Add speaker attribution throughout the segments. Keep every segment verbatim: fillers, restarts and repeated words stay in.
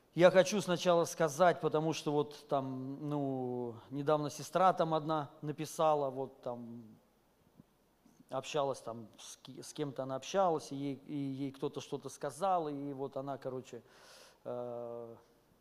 Speaker 1: Я хочу сначала сказать, потому что вот там, ну, недавно сестра там одна написала, вот там общалась там, с, с кем-то она общалась, и ей, и ей кто-то что-то сказал, и вот она, короче, э,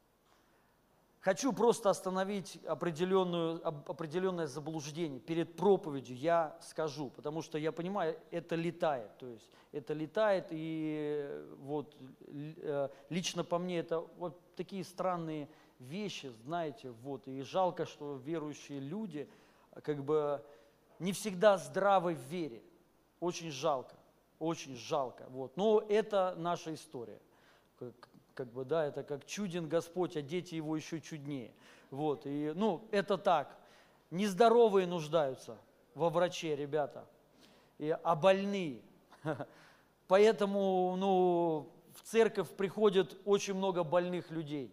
Speaker 1: хочу просто остановить определенную, определенное заблуждение. Перед проповедью я скажу, потому что я понимаю, это летает, то есть это летает, и вот лично по мне это вот такие странные вещи, знаете, вот, и жалко, что верующие люди как бы не всегда здравы в вере, очень жалко, очень жалко, вот, но это наша история. Как бы, да, это как чуден Господь, а дети его еще чуднее. Вот, и, ну, это так. Нездоровые нуждаются во враче, ребята, и, а больные. Поэтому, ну, в церковь приходит очень много больных людей.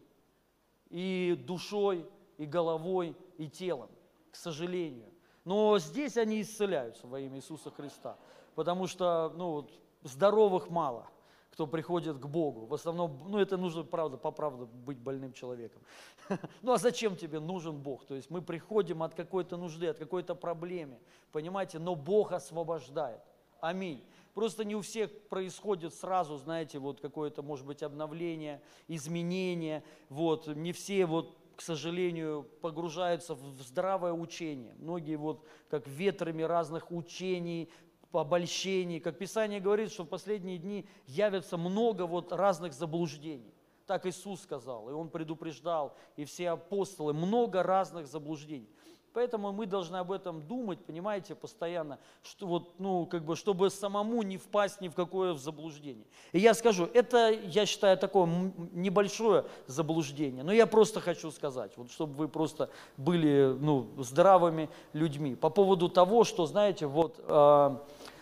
Speaker 1: И душой, и головой, и телом, к сожалению. Но здесь они исцеляются во имя Иисуса Христа. Потому что, ну, вот, здоровых мало, кто приходит к Богу. В основном, ну это нужно, правда, по правде быть больным человеком. Ну а зачем тебе нужен Бог? То есть мы приходим от какой-то нужды, от какой-то проблемы, понимаете, но Бог освобождает. Аминь. Просто не у всех происходит сразу, знаете, вот какое-то, может быть, обновление, изменение. Вот, не все, вот, к сожалению, погружаются в здравое учение. Многие вот как ветрами разных учений, обольщений. Как Писание говорит, что в последние дни явится много вот разных заблуждений. Так Иисус сказал, и Он предупреждал, и все апостолы, много разных заблуждений. Поэтому мы должны об этом думать, понимаете, постоянно, что вот, ну, как бы, чтобы самому не впасть ни в какое заблуждение. И я скажу, это, я считаю, такое небольшое заблуждение, но я просто хочу сказать, вот, чтобы вы просто были, ну, здравыми людьми. По поводу того, что, знаете, вот... Э,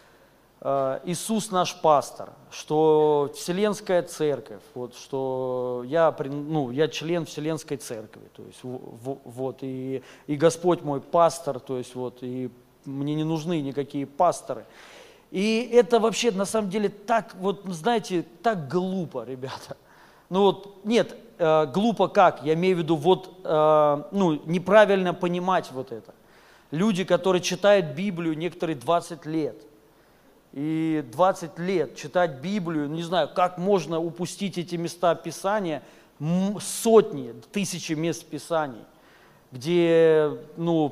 Speaker 1: Иисус наш пастор, что Вселенская Церковь, вот, что я, ну, я член Вселенской Церкви, то есть, вот, и, и Господь мой пастор, то есть, вот, и мне не нужны никакие пасторы. И это вообще, на самом деле, так, вот, знаете, так глупо, ребята. Ну вот, нет, э, глупо как, я имею в виду, вот, э, ну, неправильно понимать вот это. Люди, которые читают Библию некоторые двадцать лет, и двадцать лет читать Библию, не знаю, как можно упустить эти места Писания, сотни, тысячи мест Писаний, где, ну,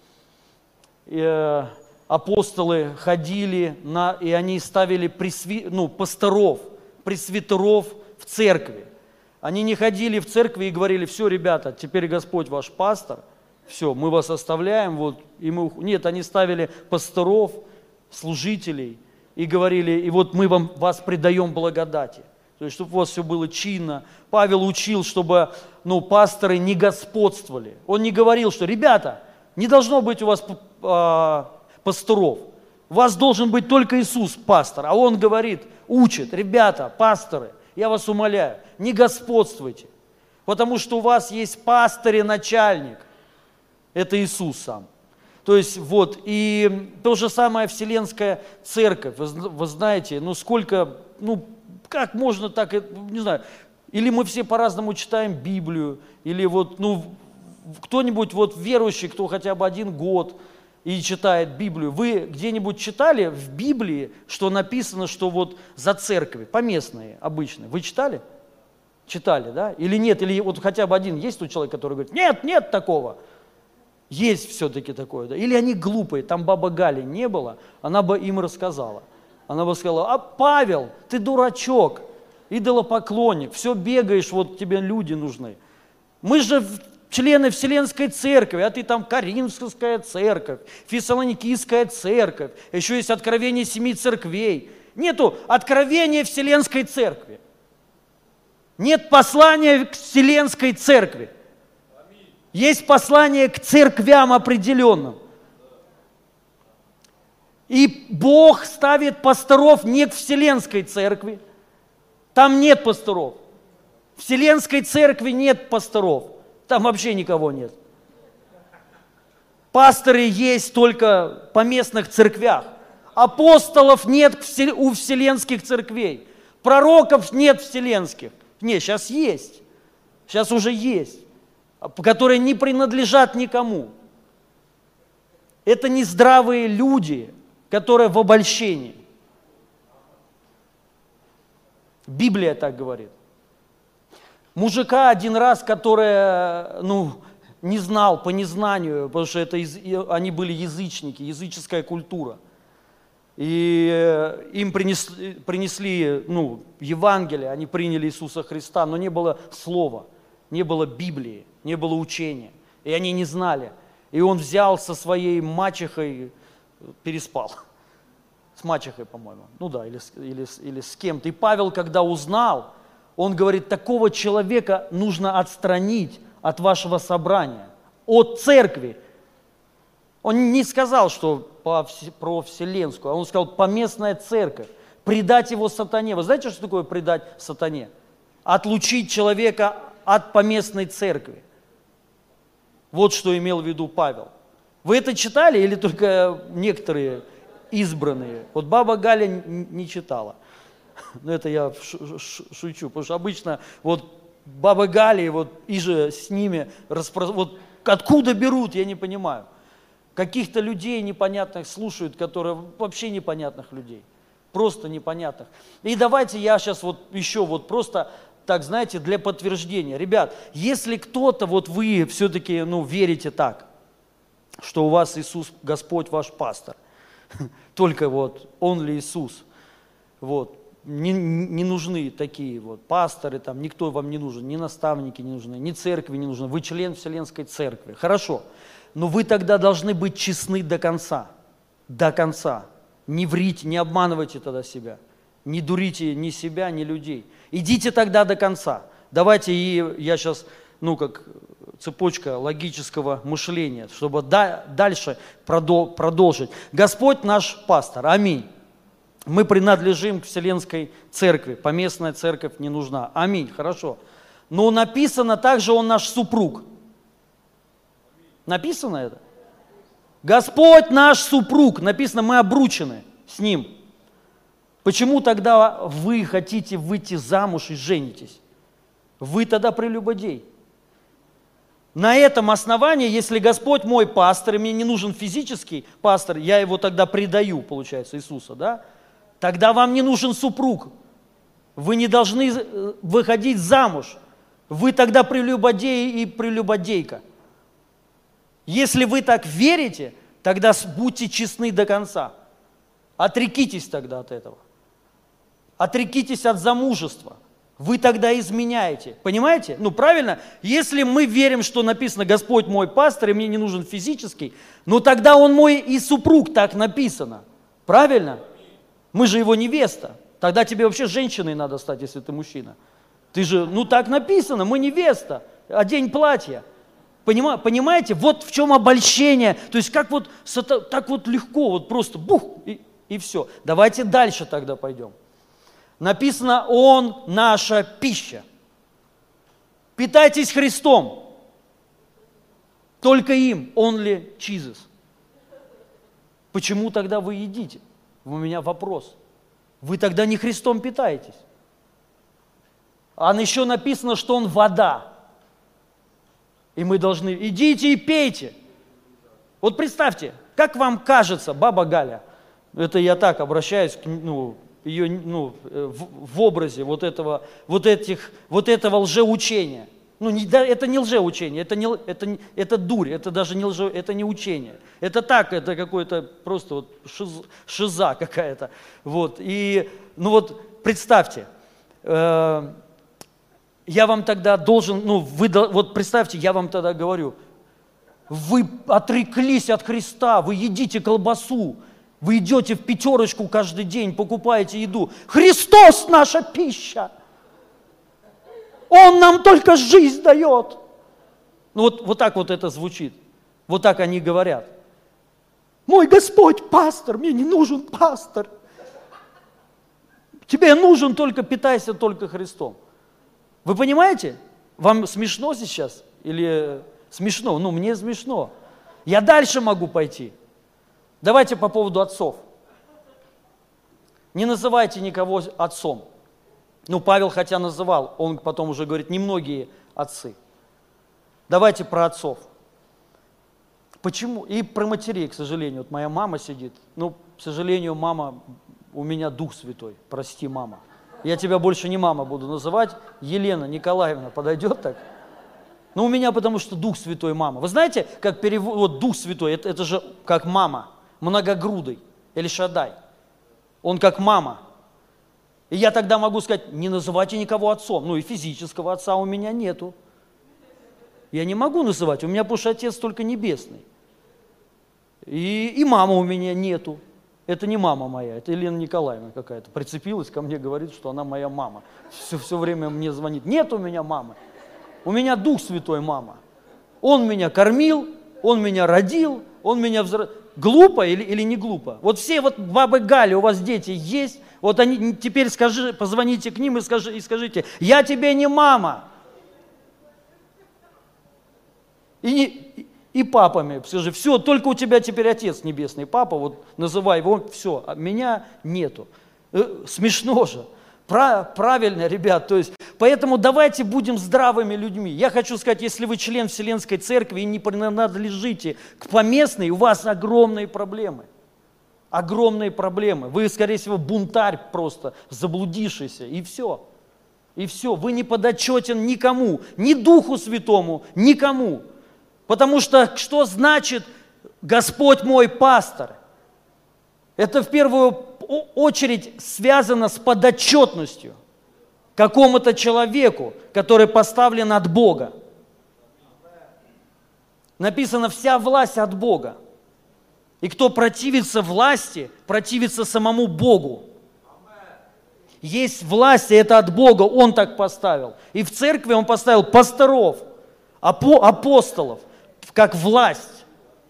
Speaker 1: э, апостолы ходили, на, и они ставили пресви, ну, пасторов, пресвитеров в церкви. Они не ходили в церкви и говорили: все, ребята, теперь Господь ваш пастор, все, мы вас оставляем, вот, и мы... Нет, они ставили пасторов, служителей, и говорили: и вот мы вам, вас предаем благодати. То есть, чтобы у вас все было чинно. Павел учил, чтобы, ну, пасторы не господствовали. Он не говорил, что, ребята, не должно быть у вас э, пасторов. У вас должен быть только Иисус, пастор. А он говорит, учит: ребята, пасторы, я вас умоляю, не господствуйте. Потому что у вас есть пастор и начальник. Это Иисус сам. То есть вот, и то же самое Вселенская Церковь, вы, вы знаете, ну сколько, ну как можно так, не знаю, или мы все по-разному читаем Библию, или вот, ну, кто-нибудь вот верующий, кто хотя бы один год и читает Библию, вы где-нибудь читали в Библии, что написано, что вот за церкви, поместные, обычные, вы читали? Читали, да? Или нет, или вот хотя бы один есть тут человек, который говорит: нет, нет такого. Есть все-таки такое, да? Или они глупые, там баба Галя не было, она бы им рассказала. Она бы сказала: а Павел, ты дурачок, идолопоклонник, все бегаешь, вот тебе люди нужны. Мы же члены Вселенской Церкви, а ты там Коринфская церковь, Фессалоникийская церковь, еще есть откровение семи церквей. Нету откровения Вселенской Церкви. Нет послания к Вселенской Церкви. Есть послание к церквям определенным. И Бог ставит пасторов не к Вселенской Церкви. Там нет пасторов. В Вселенской Церкви нет пасторов. Там вообще никого нет. Пасторы есть только в поместных церквях. Апостолов нет у вселенских церквей. Пророков нет вселенских. Нет, сейчас есть. Сейчас уже есть, которые не принадлежат никому. Это не здравые люди, которые в обольщении. Библия так говорит. Мужика один раз, который, ну, не знал по незнанию, потому что это, они были язычники, языческая культура. И им принесли, принесли ну, Евангелие, они приняли Иисуса Христа, но не было слова, не было Библии, не было учения. И они не знали. И он взял со своей мачехой, переспал. С мачехой, по-моему. Ну да, или, или, или с кем-то. И Павел, когда узнал, он говорит, такого человека нужно отстранить от вашего собрания, от церкви. Он не сказал, что по, про вселенскую, а он сказал, поместная церковь. Предать его сатане. Вы знаете, что такое предать сатане? Отлучить человека от поместной церкви. Вот что имел в виду Павел. Вы это читали или только некоторые избранные? Вот баба Галя не читала. Но это я шучу, потому что обычно вот бабы Гали, вот и же с ними, распро... вот откуда берут, я не понимаю. Каких-то людей непонятных слушают, которые вообще непонятных людей, просто непонятных. И давайте я сейчас вот еще вот просто так, знаете, для подтверждения. Ребят, если кто-то, вот вы все-таки, ну, верите так, что у вас Иисус, Господь ваш пастор, только вот Он ли Иисус, вот, не, не нужны такие вот пасторы, там, никто вам не нужен, ни наставники не нужны, ни церкви не нужны, вы член Вселенской Церкви, хорошо, но вы тогда должны быть честны до конца, до конца, не врите, не обманывайте тогда себя, не дурите ни себя, ни людей, идите тогда до конца, давайте, и я сейчас, ну, как цепочка логического мышления, чтобы да, дальше продол, продолжить. Господь наш пастор, аминь. Мы принадлежим к Вселенской Церкви, поместная церковь не нужна. Аминь, хорошо. Но написано также, Он наш супруг. Написано это? Господь наш супруг. Написано, мы обручены с Ним. Почему тогда вы хотите выйти замуж и женитесь? Вы тогда прелюбодей. На этом основании, если Господь мой пастор, и мне не нужен физический пастор, я его тогда предаю, получается, Иисуса, да? Тогда вам не нужен супруг. Вы не должны выходить замуж. Вы тогда прелюбодей и прелюбодейка. Если вы так верите, тогда будьте честны до конца. Отрекитесь тогда от этого. Отрекитесь от замужества. Вы тогда изменяете. Понимаете? Ну, правильно? Если мы верим, что написано «Господь мой пастор, и мне не нужен физический», ну, тогда Он мой и супруг, так написано. Правильно? Мы же Его невеста. Тогда тебе вообще женщиной надо стать, если ты мужчина. Ты же, ну, так написано, мы невеста. Одень платье. Понима, понимаете? Вот в чем обольщение. То есть как вот, так вот легко, вот просто бух, и, и все. Давайте дальше тогда пойдем. Написано, Он наша пища. Питайтесь Христом. Только им, only Jesus. Почему тогда вы едите? У меня вопрос. Вы тогда не Христом питаетесь. А еще написано, что Он вода. И мы должны, идите и пейте. Вот представьте, как вам кажется, баба Галя, это я так обращаюсь к, ну, ее, ну, в, в образе вот этого, вот этих, вот этого лжеучения. Ну, не, да, это не лжеучение, это, не, это, это дурь, это даже не лже, это не учение. Это так, это какое-то просто вот шиз, шиза какая-то. Вот, и, ну вот, представьте, э, я вам тогда должен, ну, вы, вот представьте, я вам тогда говорю, вы отреклись от Христа, вы едите колбасу, вы идете в пятерочку каждый день, покупаете еду. Христос наша пища. Он нам только жизнь дает. Ну вот, вот так вот это звучит. Вот так они говорят. Мой Господь пастор, мне не нужен пастор. Тебе нужен только, питайся только Христом. Вы понимаете? Вам смешно сейчас? Или смешно? Ну, мне смешно. Я дальше могу пойти. Давайте по поводу отцов. Не называйте никого отцом. Ну, Павел хотя называл, он потом уже говорит, немногие отцы. Давайте про отцов. Почему? И про матерей, к сожалению. Вот моя мама сидит. Ну, к сожалению, мама, у меня Дух Святой. Прости, мама. Я тебя больше не мама буду называть. Елена Николаевна подойдет так? Ну, у меня потому что Дух Святой мама. Вы знаете, как перевод, вот Дух Святой, это, это же как мама, многогрудый, Эль-Шаддай. Он как мама. И я тогда могу сказать, не называйте никого отцом. Ну, и физического отца у меня нету. Я не могу называть, у меня потому что Отец только небесный. И, и мама у меня нету. Это не мама моя, это Елена Николаевна какая-то. Прицепилась ко мне, говорит, что она моя мама. Все, все время мне звонит. Нет у меня мамы. У меня Дух Святой мама. Он меня кормил, он меня родил, он меня взрослил. Глупо или, или не глупо? Вот все вот бабы Гали, у вас дети есть, вот они теперь скажи, позвоните к ним и, скажи, и скажите, я тебе не мама. И, не, и папами, скажи, все, только у тебя теперь Отец Небесный, папа, вот называй его, все, а меня нету. Э, смешно же. Правильно, ребят, то есть, поэтому давайте будем здравыми людьми. Я хочу сказать, если вы член Вселенской Церкви и не принадлежите к поместной, у вас огромные проблемы. Огромные проблемы. Вы, скорее всего, бунтарь просто, заблудившийся, и все. И все, вы не подотчетен никому, ни Духу Святому, никому. Потому что что значит Господь мой пастор? Это в первую очередь связано с подотчетностью какому-то человеку, который поставлен от Бога. Написано, вся власть от Бога. И кто противится власти, противится самому Богу. Есть власть, и это от Бога, Он так поставил. И в церкви Он поставил пасторов, апостолов, как власть.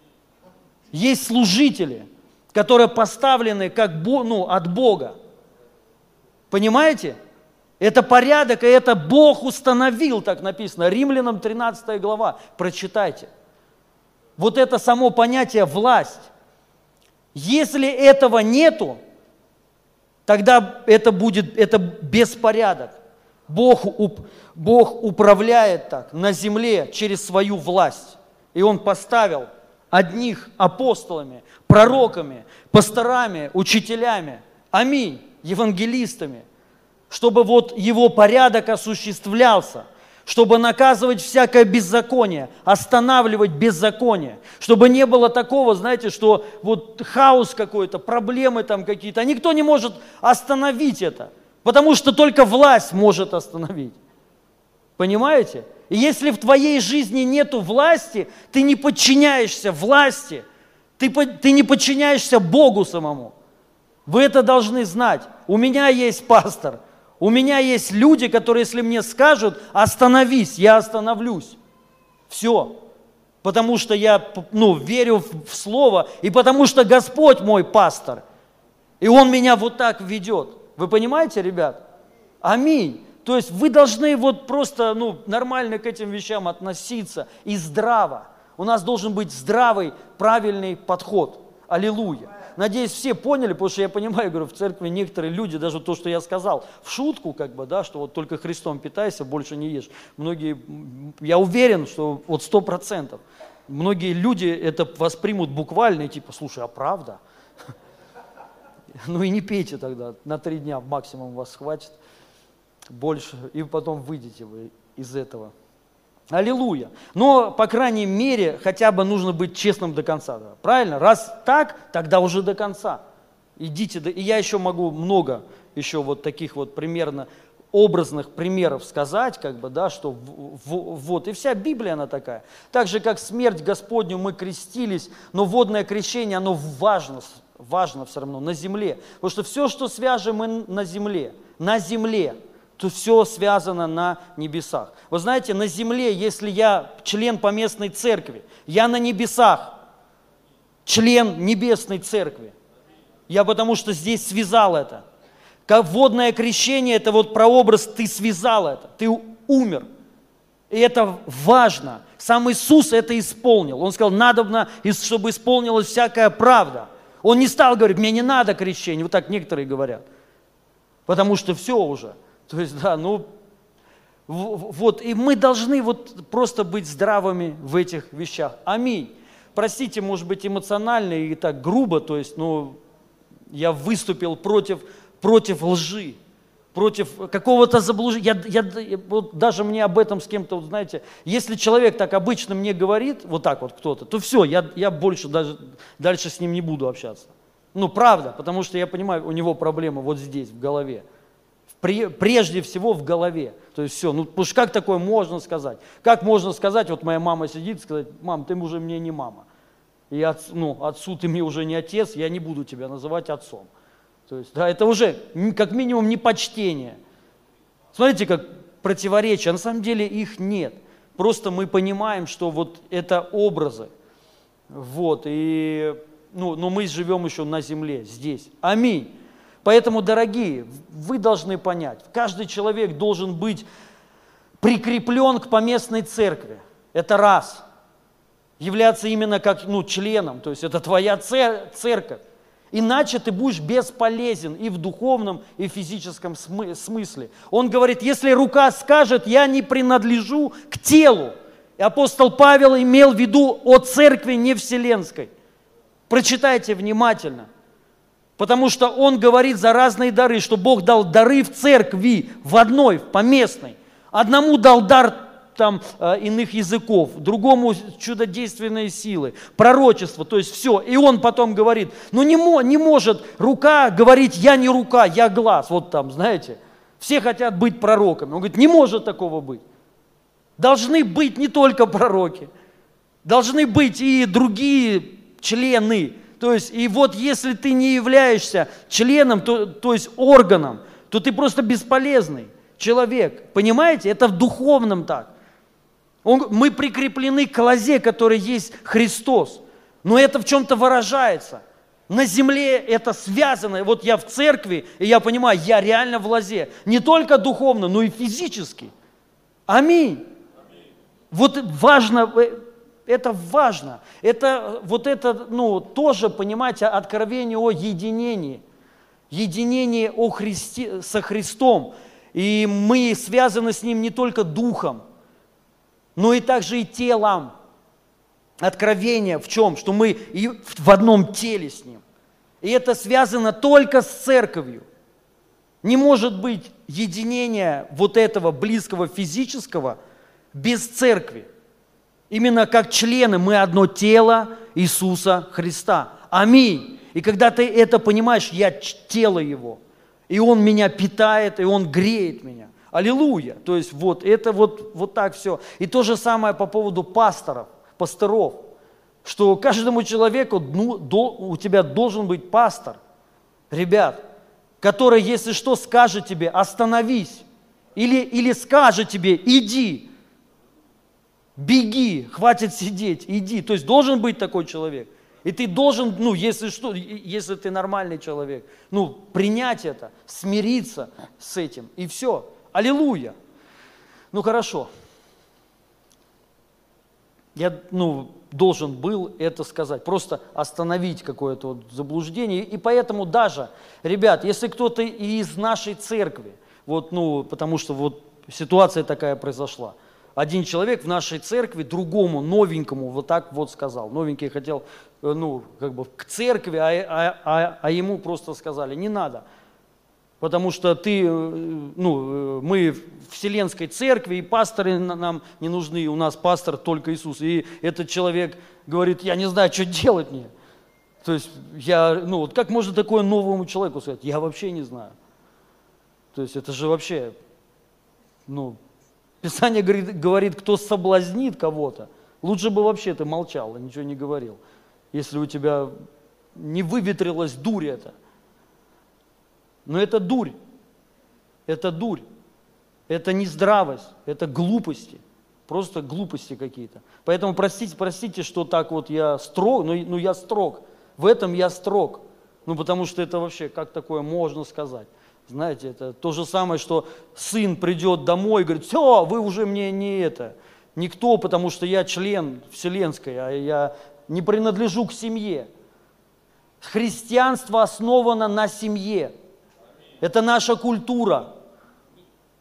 Speaker 1: Есть служители, которые поставлены как, ну, от Бога. Понимаете? Это порядок, и это Бог установил, так написано. Римлянам тринадцатая глава, прочитайте. Вот это само понятие власть. Если этого нету, тогда это будет, это беспорядок. Бог, Бог управляет так на земле через свою власть. И Он поставил одних апостолами, пророками, пасторами, учителями, аминь, евангелистами, чтобы вот Его порядок осуществлялся, чтобы наказывать всякое беззаконие, останавливать беззаконие, чтобы не было такого, знаете, что вот хаос какой-то, проблемы там какие-то, а никто не может остановить это, потому что только власть может остановить. Понимаете? И если в твоей жизни нету власти, ты не подчиняешься власти, ты, ты не подчиняешься Богу самому. Вы это должны знать. У меня есть пастор, у меня есть люди, которые, если мне скажут, остановись, я остановлюсь. Все. Потому что я, ну, верю в Слово, и потому что Господь мой пастор. И Он меня вот так ведет. Вы понимаете, ребят? Аминь. То есть вы должны вот просто, ну, нормально к этим вещам относиться и здраво. У нас должен быть здравый, правильный подход. Аллилуйя. Надеюсь, все поняли, потому что я понимаю, говорю, в церкви некоторые люди, даже то, что я сказал, в шутку, как бы, да, что вот только Христом питайся, больше не ешь. Многие, я уверен, что вот сто процентов, многие люди это воспримут буквально, и типа, слушай, а правда? Ну и не пейте тогда, на три дня максимум вас хватит. Больше, и потом выйдете вы из этого. Аллилуйя. Но, по крайней мере, хотя бы нужно быть честным до конца. Да? Правильно? Раз так, тогда уже до конца. Идите. И я еще могу много еще вот таких вот примерно образных примеров сказать, как бы, да, что в, в, вот. И вся Библия, она такая. Так же, как смерть Господню мы крестились, но водное крещение, оно важно, важно все равно на земле. Потому что все, что свяжем мы на земле, на земле, то все связано на небесах. Вы знаете, на земле, если я член поместной церкви, я на небесах, член небесной церкви. Я потому что здесь связал это. Как водное крещение, это вот прообраз, ты связал это, ты умер. И это важно. Сам Иисус это исполнил. Он сказал, надобно, чтобы исполнилась всякая правда. Он не стал говорить, мне не надо крещение, вот так некоторые говорят. Потому что все уже. То есть, да, ну, Вот, и мы должны вот просто быть здравыми в этих вещах. Аминь. Простите, может быть, эмоционально и так грубо, то есть, ну, я выступил против, против лжи, против какого-то заблуждения. Я, я, вот даже мне об этом с кем-то, вот, знаете, если человек так обычно мне говорит, вот так вот кто-то, то все, я, я больше даже дальше с ним не буду общаться. Ну, правда, потому что я понимаю, у него проблема вот здесь, в голове. Прежде всего в голове. То есть все, ну потому что как такое можно сказать? Как можно сказать, вот моя мама сидит и сказать: мам, ты уже мне не мама. И от, ну, отцу ты мне уже не отец, я не буду тебя называть отцом. То есть, да, это уже как минимум непочтение. Смотрите, как противоречия. На самом деле их нет. Просто мы понимаем, что вот это образы. Вот, и, ну, но мы живем еще на земле, здесь. Аминь. Поэтому, дорогие, вы должны понять, каждый человек должен быть прикреплен к поместной церкви. Это раз. Являться именно как, ну, членом, то есть это твоя церковь. Иначе ты будешь бесполезен и в духовном, и в физическом смысле. Он говорит, если рука скажет, я не принадлежу к телу. И апостол Павел имел в виду о церкви не вселенской. Прочитайте внимательно. Потому что он говорит за разные дары, что Бог дал дары в церкви, в одной, в поместной. Одному дал дар там, иных языков, другому чудодейственные силы, пророчество, то есть все. И он потом говорит, ну не, мо, не может рука говорить, я не рука, я глаз. Вот там, знаете, все хотят быть пророками. Он говорит, не может такого быть. Должны быть не только пророки, должны быть и другие члены. То есть, и вот если ты не являешься членом, то, то есть органом, то ты просто бесполезный человек. Понимаете? Это в духовном так. Он, мы прикреплены к лозе, который есть Христос. Но это в чем-то выражается. На земле это связано. Вот я в церкви, и я понимаю, я реально в лозе. Не только духовно, но и физически. Аминь. Аминь. Вот важно... Это важно. Это, вот это, ну, тоже, понимаете, откровение о единении. Единение о Христе, со Христом. И мы связаны с Ним не только духом, но и также и телом. Откровение в чем? Что мы и в одном теле с Ним. И это связано только с церковью. Не может быть единения вот этого близкого физического без церкви. Именно как члены мы одно тело Иисуса Христа. Аминь. И когда ты это понимаешь, я тело Его, и Он меня питает, и Он греет меня. Аллилуйя. То есть вот это вот, вот так все. И то же самое по поводу пасторов, пасторов, что каждому человеку, ну, до, у тебя должен быть пастор, ребят, который, если что, скажет тебе, остановись, или, или скажет тебе, иди. Беги, хватит сидеть, иди. То есть должен быть такой человек. И ты должен, ну, если что, если ты нормальный человек, ну, принять это, смириться с этим, и все. Аллилуйя. Ну, хорошо. Я, ну, должен был это сказать, просто остановить какое-то вот заблуждение. И поэтому даже, ребят, если кто-то из нашей церкви, вот, ну, потому что вот ситуация такая произошла, один человек в нашей церкви другому, новенькому, вот так вот сказал. Новенький хотел, ну, как бы к церкви, а, а, а, а ему просто сказали, не надо. Потому что ты, ну, мы в Вселенской церкви, и пасторы нам не нужны, у нас пастор только Иисус. И этот человек говорит, я не знаю, что делать мне. То есть, я, ну, вот как можно такое новому человеку сказать? Я вообще не знаю. То есть, это же вообще, ну, Писание говорит, говорит, кто соблазнит кого-то, лучше бы вообще ты молчал и ничего не говорил, если у тебя не выветрилась дурь это. Но это дурь, это дурь, это не здравость, это глупости, просто глупости какие-то. Поэтому простите, простите, что так вот я строг, но ну, я строг, в этом я строг, ну потому что это вообще, как такое можно сказать? Знаете, это то же самое, что сын придет домой и говорит, все, вы уже мне не это, никто, потому что я член вселенской, а я не принадлежу к семье. Христианство основано на семье. Это наша культура.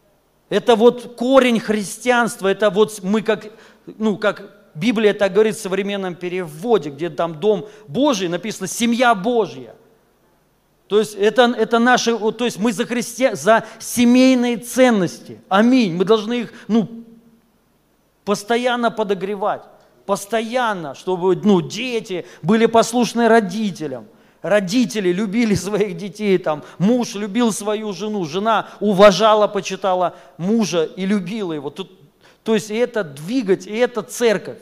Speaker 1: Это вот корень христианства, это вот мы как, ну, как Библия так говорит в современном переводе, где там дом Божий, написано «семья Божья». То есть это, это наши, то есть мы за, христи... за семейные ценности. Аминь. Мы должны их ну, постоянно подогревать. Постоянно, чтобы ну, дети были послушны родителям. Родители любили своих детей, там, муж любил свою жену, жена уважала, почитала мужа и любила его. Тут, то есть и это двигать, и это церковь.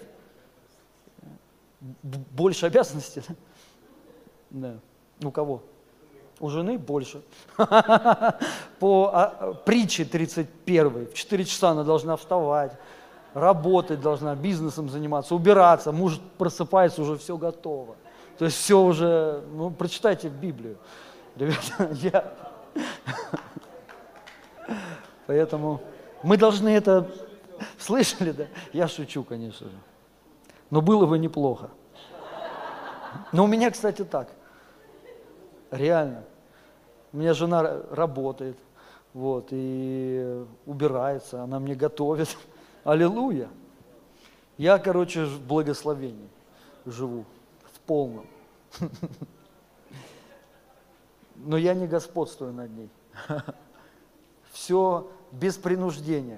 Speaker 1: Больше обязанностей, да? Да. У кого? У жены больше. По а, притче тридцать первой, в четыре часа она должна вставать, работать должна, бизнесом заниматься, убираться. Муж просыпается, уже все готово. То есть все уже, ну, прочитайте Библию. Ребята, я... Поэтому мы должны это... Слышали, да? Я шучу, конечно же. Но было бы неплохо. Но у меня, кстати, так. Реально. У меня жена работает, вот, и убирается, она мне готовит. Аллилуйя. Я, короче, в благословении живу, в полном. Но я не господствую над ней. Все без принуждения.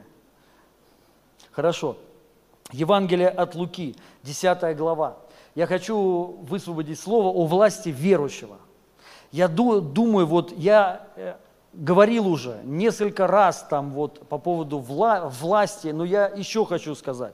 Speaker 1: Хорошо. Евангелие от Луки, десятая глава. Я хочу высвободить слово о власти верующего. Я думаю, вот я говорил уже несколько раз там вот по поводу вла- власти, но я еще хочу сказать.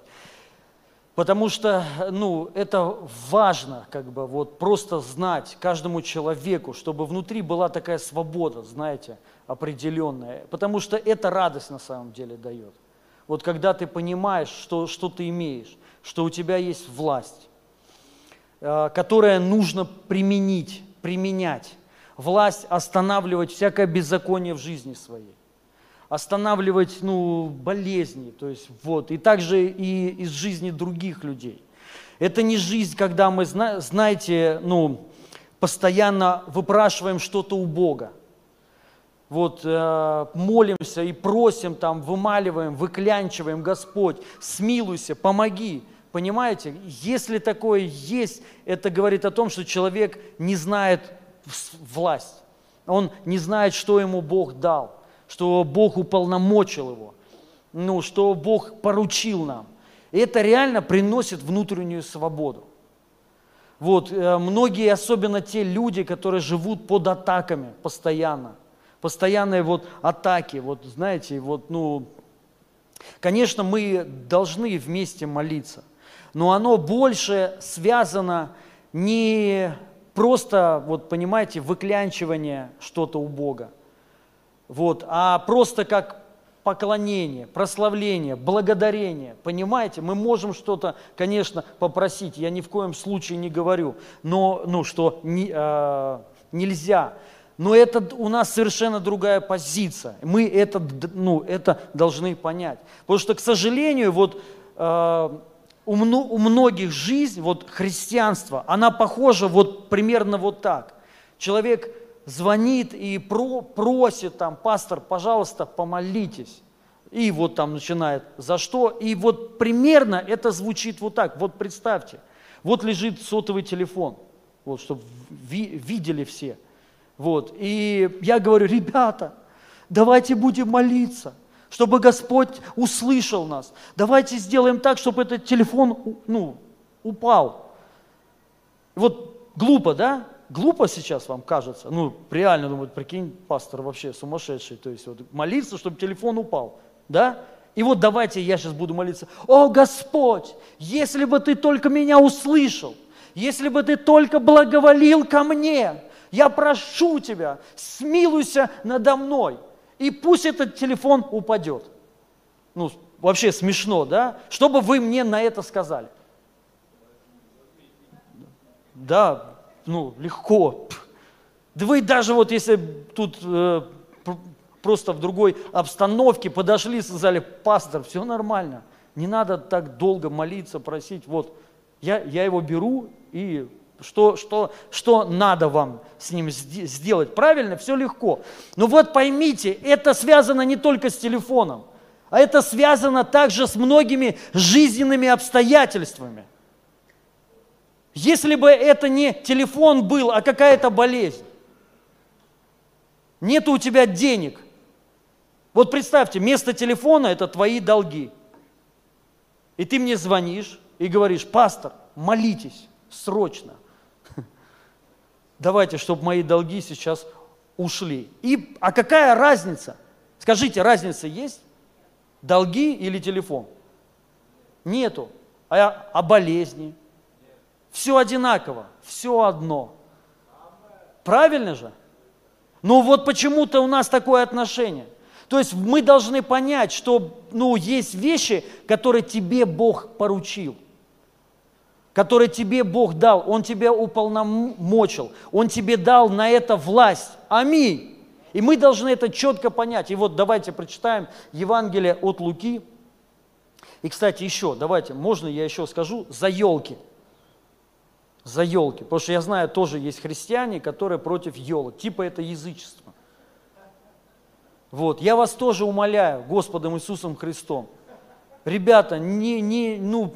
Speaker 1: Потому что, ну, это важно, как бы, вот просто знать каждому человеку, чтобы внутри была такая свобода, знаете, определенная. Потому что это радость на самом деле дает. Вот когда ты понимаешь, что, что ты имеешь, что у тебя есть власть, э, которая нужно применить, применять. Власть останавливать всякое беззаконие в жизни своей. Останавливать, ну, болезни, то есть, вот, и также и из жизни других людей. Это не жизнь, когда мы, знаете, ну, постоянно выпрашиваем что-то у Бога. Вот, э, молимся и просим, там, вымаливаем, выклянчиваем: Господь, смилуйся, помоги. Понимаете, если такое есть, это говорит о том, что человек не знает власть. Он не знает, что ему Бог дал, что Бог уполномочил его, ну, что Бог поручил нам. И это реально приносит внутреннюю свободу. Вот, э, многие, особенно те люди, которые живут под атаками постоянно, постоянные вот атаки, вот, знаете, вот, ну, конечно, мы должны вместе молиться, но оно больше связано не просто, вот, понимаете, выклянчивание что-то у Бога, вот, а просто как поклонение, прославление, благодарение, понимаете? Мы можем что-то, конечно, попросить, я ни в коем случае не говорю, но, ну, что не, э, нельзя, но это у нас совершенно другая позиция, мы это, ну, это должны понять, потому что, к сожалению, вот э, у, у многих жизнь, вот христианство, она похожа вот примерно вот так, человек звонит и про, просит там: пастор, пожалуйста, помолитесь. И вот там начинает: за что? И вот примерно это звучит вот так. Вот представьте, вот лежит сотовый телефон, вот, чтобы ви, видели все. Вот. И я говорю: ребята, давайте будем молиться, чтобы Господь услышал нас. Давайте сделаем так, чтобы этот телефон, ну, упал. Вот глупо, да? Глупо сейчас вам кажется? Ну, реально думают: прикинь, пастор вообще сумасшедший. То есть вот молиться, чтобы телефон упал, да? И вот давайте я сейчас буду молиться: о, Господь, если бы Ты только меня услышал, если бы Ты только благоволил ко мне, я прошу Тебя, смилуйся надо мной, и пусть этот телефон упадет. Ну, вообще смешно, да? Что бы вы мне на это сказали? Да, ну, легко. Да вы даже вот если тут э, просто в другой обстановке подошли и сказали: пастор, все нормально, не надо так долго молиться, просить, вот, я, я его беру, и что, что, что надо вам с ним сделать? Правильно, все легко. Но вот поймите, это связано не только с телефоном, А это связано также с многими жизненными обстоятельствами. Если бы это не телефон был, а какая-то болезнь, нет у тебя денег. Вот представьте, вместо телефона это твои долги. И ты мне звонишь и говоришь: пастор, молитесь срочно. Давайте, чтобы мои долги сейчас ушли. И, а какая разница? Скажите, разница есть? Долги или телефон? Нету. А, а болезни? Все одинаково, все одно. Правильно же? Ну вот почему-то у нас такое отношение. То есть мы должны понять, что ну, есть вещи, которые тебе Бог поручил, которые тебе Бог дал, Он тебя уполномочил, Он тебе дал на это власть. Аминь. И мы должны это четко понять. И вот давайте прочитаем Евангелие от Луки. И, кстати, еще, давайте, можно я еще скажу, за елки. За елки. Потому что я знаю, тоже есть христиане, которые против елок. Типа это язычество. Вот, я вас тоже умоляю, Господом Иисусом Христом. Ребята, не, не, ну,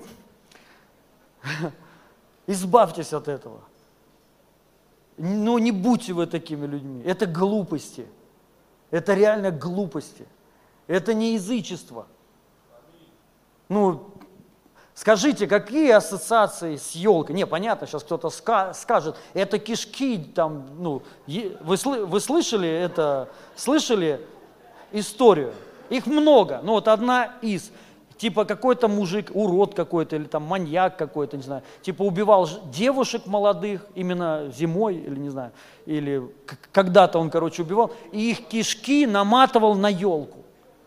Speaker 1: избавьтесь от этого. Ну, не будьте вы такими людьми. Это глупости. Это реально глупости. Это не язычество. Ну, скажите, какие ассоциации с елкой? Не, понятно, сейчас кто-то ска- скажет, это кишки, там, ну, е- вы, сл- вы слышали это, слышали историю? Их много, ну вот одна из. Типа какой-то мужик, урод какой-то, или там маньяк какой-то, не знаю, типа убивал девушек молодых, именно зимой, или не знаю, или когда-то он, короче, убивал, и их кишки наматывал на елку.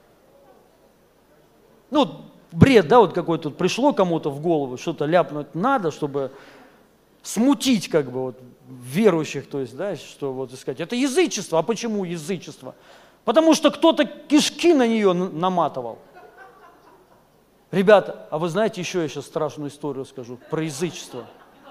Speaker 1: Ну, бред, да, вот какой-то тут пришло кому-то в голову, что-то ляпнуть надо, чтобы смутить, как бы, вот, верующих, то есть, да, что вот сказать, это язычество. А почему язычество? Потому что кто-то кишки на нее наматывал. Ребята, а вы знаете, еще я сейчас страшную историю скажу про язычество.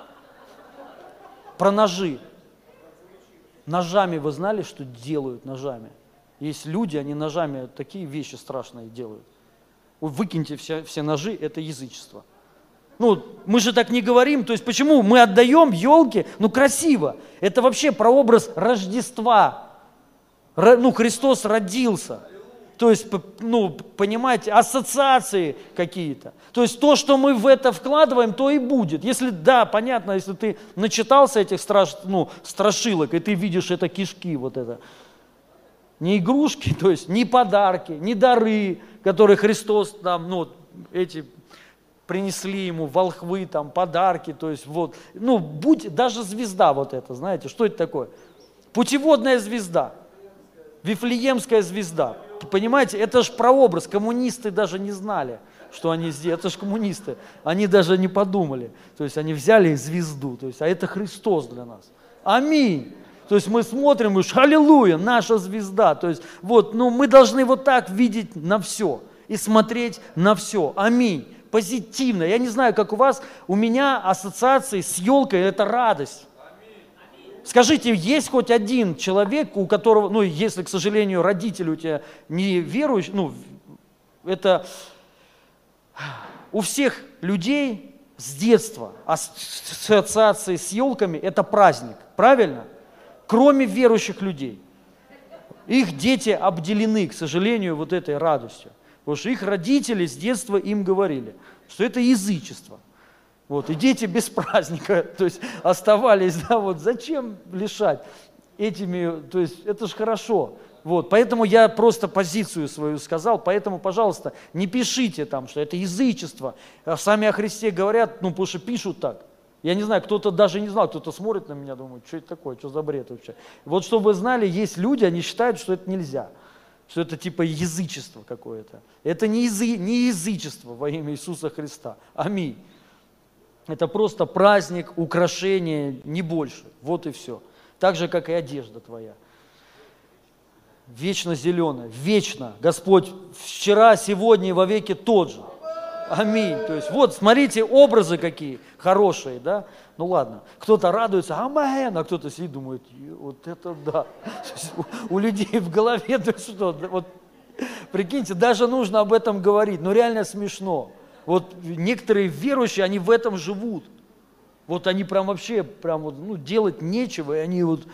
Speaker 1: Про ножи. Ножами вы знали, что делают ножами? Есть люди, они ножами такие вещи страшные делают. Вы выкиньте все, все ножи, это язычество. Ну, мы же так не говорим, то есть почему мы отдаем елки? Ну, красиво. Это вообще прообраз Рождества. Р, ну, Христос родился. То есть, ну, понимаете, ассоциации какие-то. То есть то, что мы в это вкладываем, то и будет. Если, да, понятно, если ты начитался этих страш, ну, страшилок, и ты видишь это кишки, вот это. Не игрушки, то есть не подарки, не дары, которые Христос там, ну, эти принесли ему, волхвы, там, подарки, то есть вот. Ну, будь, даже звезда вот эта, знаете, что это такое? Путеводная звезда, Вифлеемская звезда. Понимаете, это же прообраз. Коммунисты даже не знали, что они здесь. Это же коммунисты. Они даже не подумали. То есть они взяли звезду. То есть, а это Христос для нас. Аминь. То есть мы смотрим и говорим: аллилуйя, наша звезда. То есть вот, ну, мы должны вот так видеть на все и смотреть на все. Аминь. Позитивно. Я не знаю, как у вас, у меня ассоциации с елкой – это радость. Скажите, есть хоть один человек, у которого, ну, если, к сожалению, родители у тебя не верующие, ну, это у всех людей с детства ассоциации с елками – это праздник, правильно? Кроме верующих людей. Их дети обделены, к сожалению, вот этой радостью. Потому что их родители с детства им говорили, что это язычество. Вот, и дети без праздника, то есть оставались, да, вот зачем лишать этими, то есть это же хорошо. Вот, поэтому я просто позицию свою сказал, поэтому, пожалуйста, не пишите там, что это язычество. Сами о Христе говорят, ну, потому что пишут так. Я не знаю, кто-то даже не знал, кто-то смотрит на меня, думает, что это такое, что за бред вообще. Вот чтобы вы знали, есть люди, они считают, что это нельзя, что это типа язычество какое-то. Это не, язы, не язычество во имя Иисуса Христа. Аминь. Это просто праздник, украшение, не больше. Вот и все. Так же, как и одежда твоя. Вечно зеленая, вечно. Господь вчера, сегодня и вовеки тот же. Аминь. То есть вот, смотрите, образы какие хорошие, да? Ну ладно, кто-то радуется, амэн, а кто-то сидит, думает, вот это да. У людей в голове, то что, вот Прикиньте, даже нужно об этом говорить, но реально смешно. Вот некоторые верующие, они в этом живут. Вот они прям вообще, прям вот, ну, делать нечего, и они вот,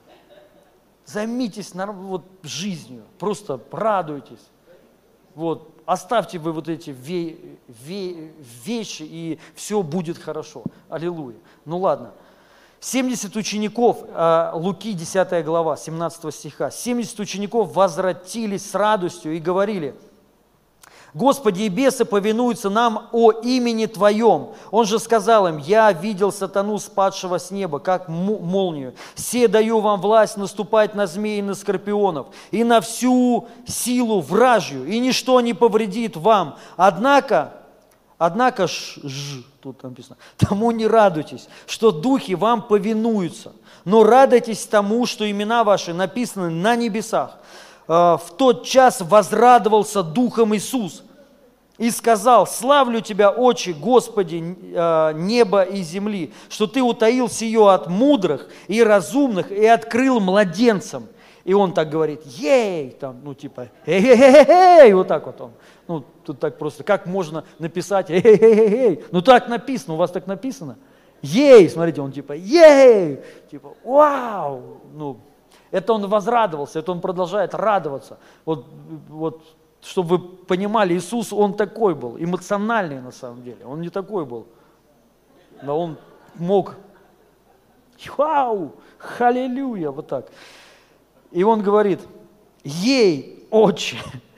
Speaker 1: займитесь вот жизнью, просто радуйтесь. Вот, оставьте вы вот эти ве, ве, вещи, и все будет хорошо. Аллилуйя. Ну ладно. семьдесят учеников, Луки десятая глава, семнадцатого стиха, семьдесят учеников возвратились с радостью и говорили: «Господи, и бесы повинуются нам о имени Твоем». Он же сказал им: «Я видел сатану, спадшего с неба, как молнию. Се даю вам власть наступать на змей и на скорпионов, и на всю силу вражью, и ничто не повредит вам. Однако, однако ж, ж, тут написано, тому не радуйтесь, что духи вам повинуются, но радуйтесь тому, что имена ваши написаны на небесах». В тот час возрадовался духом Иисус и сказал: «Славлю Тебя, Отче, Господи, неба и земли, что Ты утаил сие от мудрых и разумных и открыл младенцам». И он так говорит: «Ей!» там, ну типа «Эй-эй-эй-эй!» Вот так вот он. Ну, тут так просто. Как можно написать «Эй-эй-эй-эй»? Ну так написано, у вас так написано. «Ей!» Смотрите, он типа «Ей!» Типа «Вау!» Ну, это он возрадовался, это он продолжает радоваться. Вот, вот, чтобы вы понимали, Иисус, он такой был, эмоциональный на самом деле. Он не такой был. Но он мог, вау, халилюя, вот так. И он говорит: «Ей, Отче»,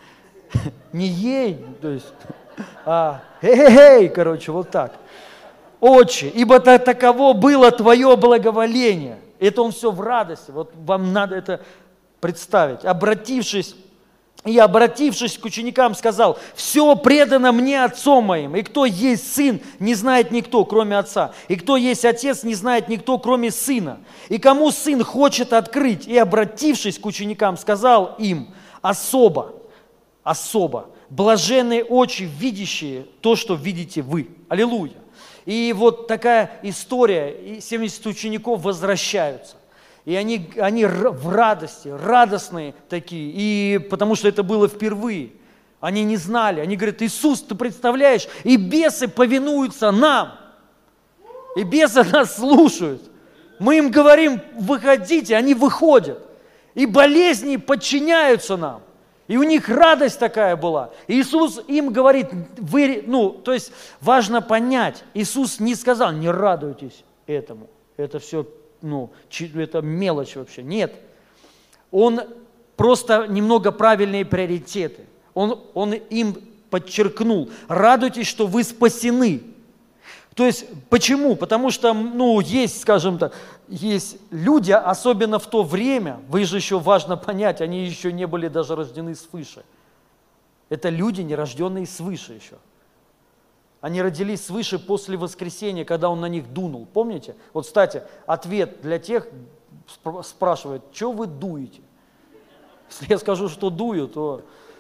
Speaker 1: не ей, то есть, а эй-эй-эй, короче, вот так. «Отче, ибо таково было Твое благоволение». Это он все в радости, вот вам надо это представить. Обратившись, и обратившись к ученикам, сказал: «Все предано мне Отцом моим, и кто есть Сын, не знает никто, кроме Отца, и кто есть Отец, не знает никто, кроме Сына. И кому Сын хочет открыть». И обратившись к ученикам, сказал им: «Особо, особо, блаженные очи, видящие то, что видите вы». Аллилуйя. И вот такая история, и семьдесят учеников возвращаются. И они, они в радости, радостные такие, и потому что это было впервые. Они не знали, они говорят: «Иисус, ты представляешь, и бесы повинуются нам, и бесы нас слушают. Мы им говорим: выходите, они выходят, и болезни подчиняются нам». И у них радость такая была. И Иисус им говорит, вы, ну, то есть важно понять, Иисус не сказал: «Не радуйтесь этому, это все, ну, это мелочь вообще». Нет, Он просто немного правильные приоритеты. Он, он им подчеркнул: радуйтесь, что вы спасены. То есть, почему? Потому что, ну, есть, скажем так, есть люди, особенно в то время, вы же еще важно понять, они еще не были даже рождены свыше. Это люди, не рожденные свыше еще. Они родились свыше после воскресения, когда Он на них дунул. Помните? Вот, кстати, ответ для тех, спрашивает: что вы дуете? Если я скажу, что дую, то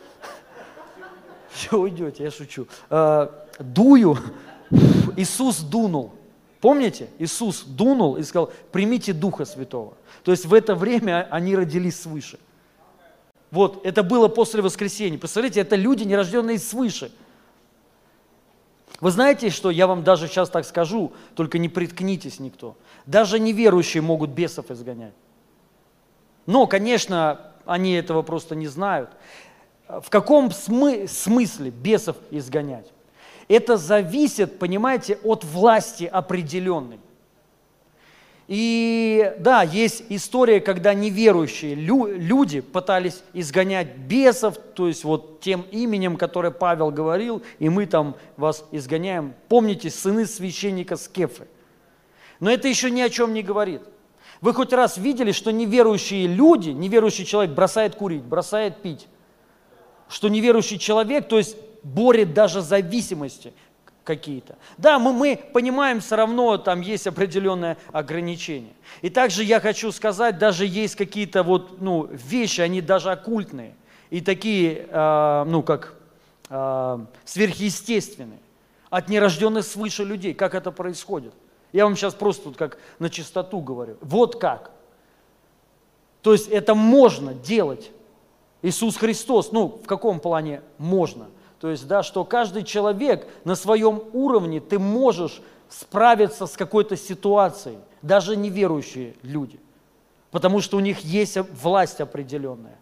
Speaker 1: все, уйдете, я шучу. Дую. Иисус дунул. Помните? Иисус дунул и сказал: примите Духа Святого. То есть в это время они родились свыше. Вот, это было после воскресения. Представляете, это люди, не рожденные свыше. Вы знаете, что я вам даже сейчас так скажу, только не приткнитесь никто. Даже неверующие могут бесов изгонять. Но, конечно, они этого просто не знают. В каком смы- смысле бесов изгонять? Это зависит, понимаете, от власти определенной. И да, есть история, когда неверующие лю- люди пытались изгонять бесов, то есть вот тем именем, которое Павел говорил, и мы там вас изгоняем. Помните, сыны священника Скефы. Но это еще ни о чем не говорит. Вы хоть раз видели, что неверующие люди, неверующий человек бросает курить, бросает пить? Что неверующий человек, то есть борет даже зависимости какие-то. Да, мы, мы понимаем, все равно там есть определенное ограничение. И также я хочу сказать, даже есть какие-то вот, ну, вещи, они даже оккультные, и такие, э, ну, как э, сверхъестественные, от нерожденных свыше людей. Как это происходит? Я вам сейчас просто тут как на чистоту говорю. Вот как. То есть это можно делать. Иисус Христос, ну, в каком плане можно? То есть, да, что каждый человек на своем уровне, ты можешь справиться с какой-то ситуацией, даже неверующие люди, потому что у них есть власть определенная.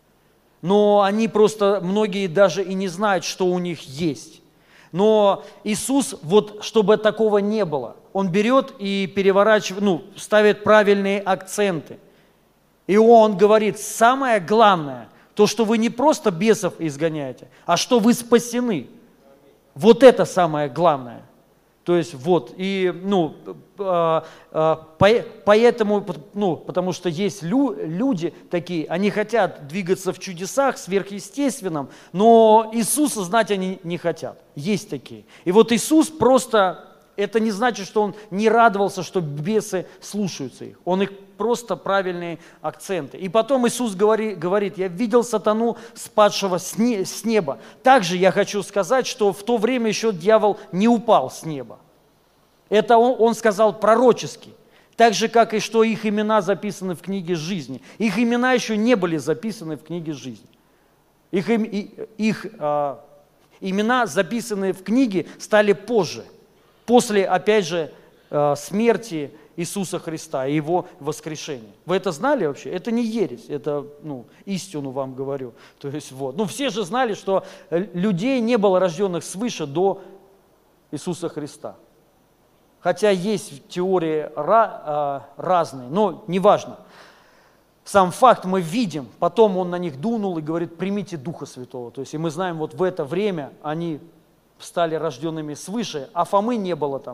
Speaker 1: Но они просто, многие даже и не знают, что у них есть. Но Иисус, вот чтобы такого не было, Он берет и переворачивает, ну, ставит правильные акценты. И Он говорит, самое главное, то, что вы не просто бесов изгоняете, а что вы спасены. Вот это самое главное. То есть вот, и, ну, э, э, по, поэтому, ну, потому что есть лю, люди такие, они хотят двигаться в чудесах, сверхъестественном, но Иисуса знать они не хотят. Есть такие. И вот Иисус просто, это не значит, что Он не радовался, что бесы слушаются их. Он их просто правильные акценты. И потом Иисус говорит, говорит, я видел сатану, спадшего с неба. Также я хочу сказать, что в то время еще дьявол не упал с неба. Это он, он сказал пророчески. Так же, как и что их имена записаны в книге жизни. Их имена еще не были записаны в книге жизни. Их, их а, имена, записанные в книге, стали позже. После, опять же, а, смерти Иисуса Христа и Его воскрешения. Вы это знали вообще? Это не ересь, это, ну, истину вам говорю. То есть, вот. Ну, все же знали, что людей не было рожденных свыше до Иисуса Христа. Хотя есть теории разные, но неважно. Сам факт мы видим, потом Он на них дунул и говорит, примите Духа Святого. То есть, и мы знаем, вот в это время они стали рожденными свыше, а Фомы не было там.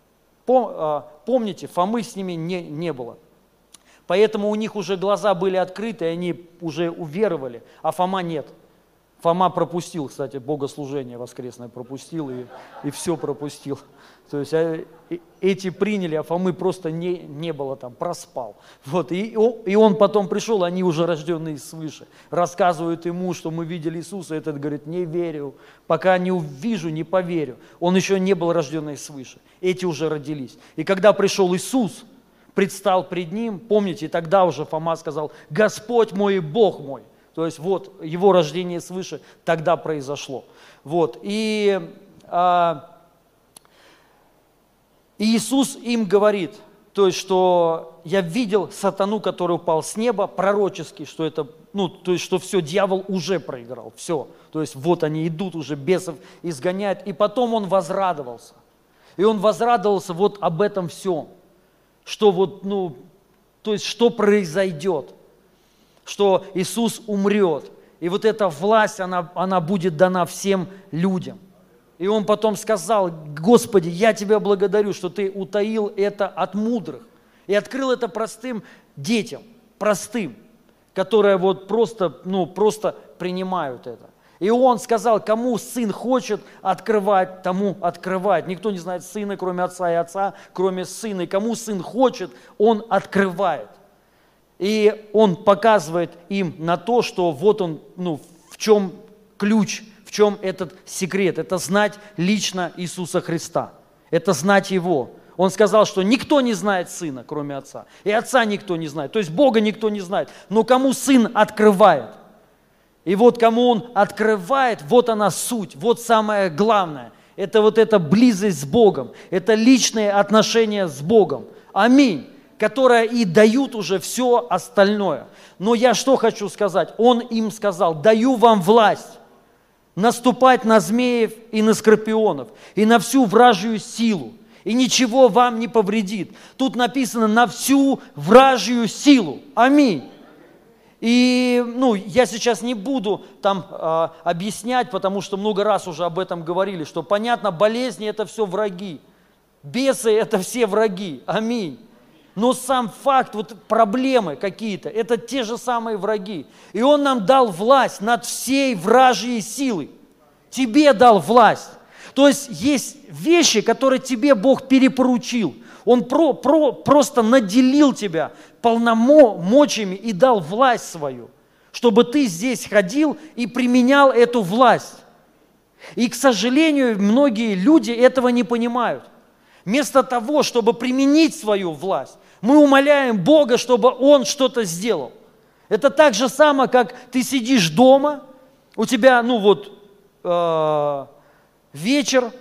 Speaker 1: Помните, Фомы с ними не, не было. Поэтому у них уже глаза были открыты, и они уже уверовали, а Фома нет. Фома пропустил, кстати, богослужение воскресное пропустил и, и все пропустил. То есть эти приняли, а Фомы просто не, не было там, проспал. Вот, и, и он потом пришел, они уже рожденные свыше. Рассказывают ему, что мы видели Иисуса, этот говорит, не верю, пока не увижу, не поверю. Он еще не был рожденный свыше, эти уже родились. И когда пришел Иисус, предстал пред ним, помните, тогда уже Фома сказал, Господь мой и Бог мой. То есть вот его рождение свыше тогда произошло. Вот, и... А, И Иисус им говорит, то есть, что я видел сатану, который упал с неба, пророчески, что это, ну, то есть, что все, дьявол уже проиграл, все. То есть, вот они идут уже, бесов изгоняют, и потом он возрадовался. И он возрадовался вот об этом всем, что вот, ну, то есть, что произойдет, что Иисус умрет, и вот эта власть, она, она будет дана всем людям. И он потом сказал, Господи, я Тебя благодарю, что Ты утаил это от мудрых и открыл это простым детям, простым, которые вот просто, ну, просто принимают это. И он сказал, кому сын хочет открывать, тому открывает. Никто не знает сына, кроме отца, и отца, кроме сына. И кому сын хочет, он открывает. И он показывает им на то, что вот он, ну, в чем ключ, в чем этот секрет? Это знать лично Иисуса Христа. Это знать Его. Он сказал, что никто не знает Сына, кроме Отца. И Отца никто не знает. То есть Бога никто не знает. Но кому Сын открывает? И вот кому Он открывает, вот она суть. Вот самое главное. Это вот эта близость с Богом. Это личные отношения с Богом. Аминь. Которые и дают уже все остальное. Но я что хочу сказать? Он им сказал, даю вам власть наступать на змеев и на скорпионов, и на всю вражью силу, и ничего вам не повредит. Тут написано на всю вражью силу. Аминь. И, ну, я сейчас не буду там э, объяснять, потому что много раз уже об этом говорили, что понятно, болезни – это все враги, бесы – это все враги. Аминь. Но сам факт, вот проблемы какие-то, это те же самые враги. И Он нам дал власть над всей вражьей силой. Тебе дал власть. То есть есть вещи, которые тебе Бог перепоручил. Он про, про, просто наделил тебя полномочиями и дал власть свою, чтобы ты здесь ходил и применял эту власть. И, к сожалению, многие люди этого не понимают. Вместо того, чтобы применить свою власть, мы умоляем Бога, чтобы Он что-то сделал. Это так же самое, как ты сидишь дома, у тебя, ну вот, э, вечер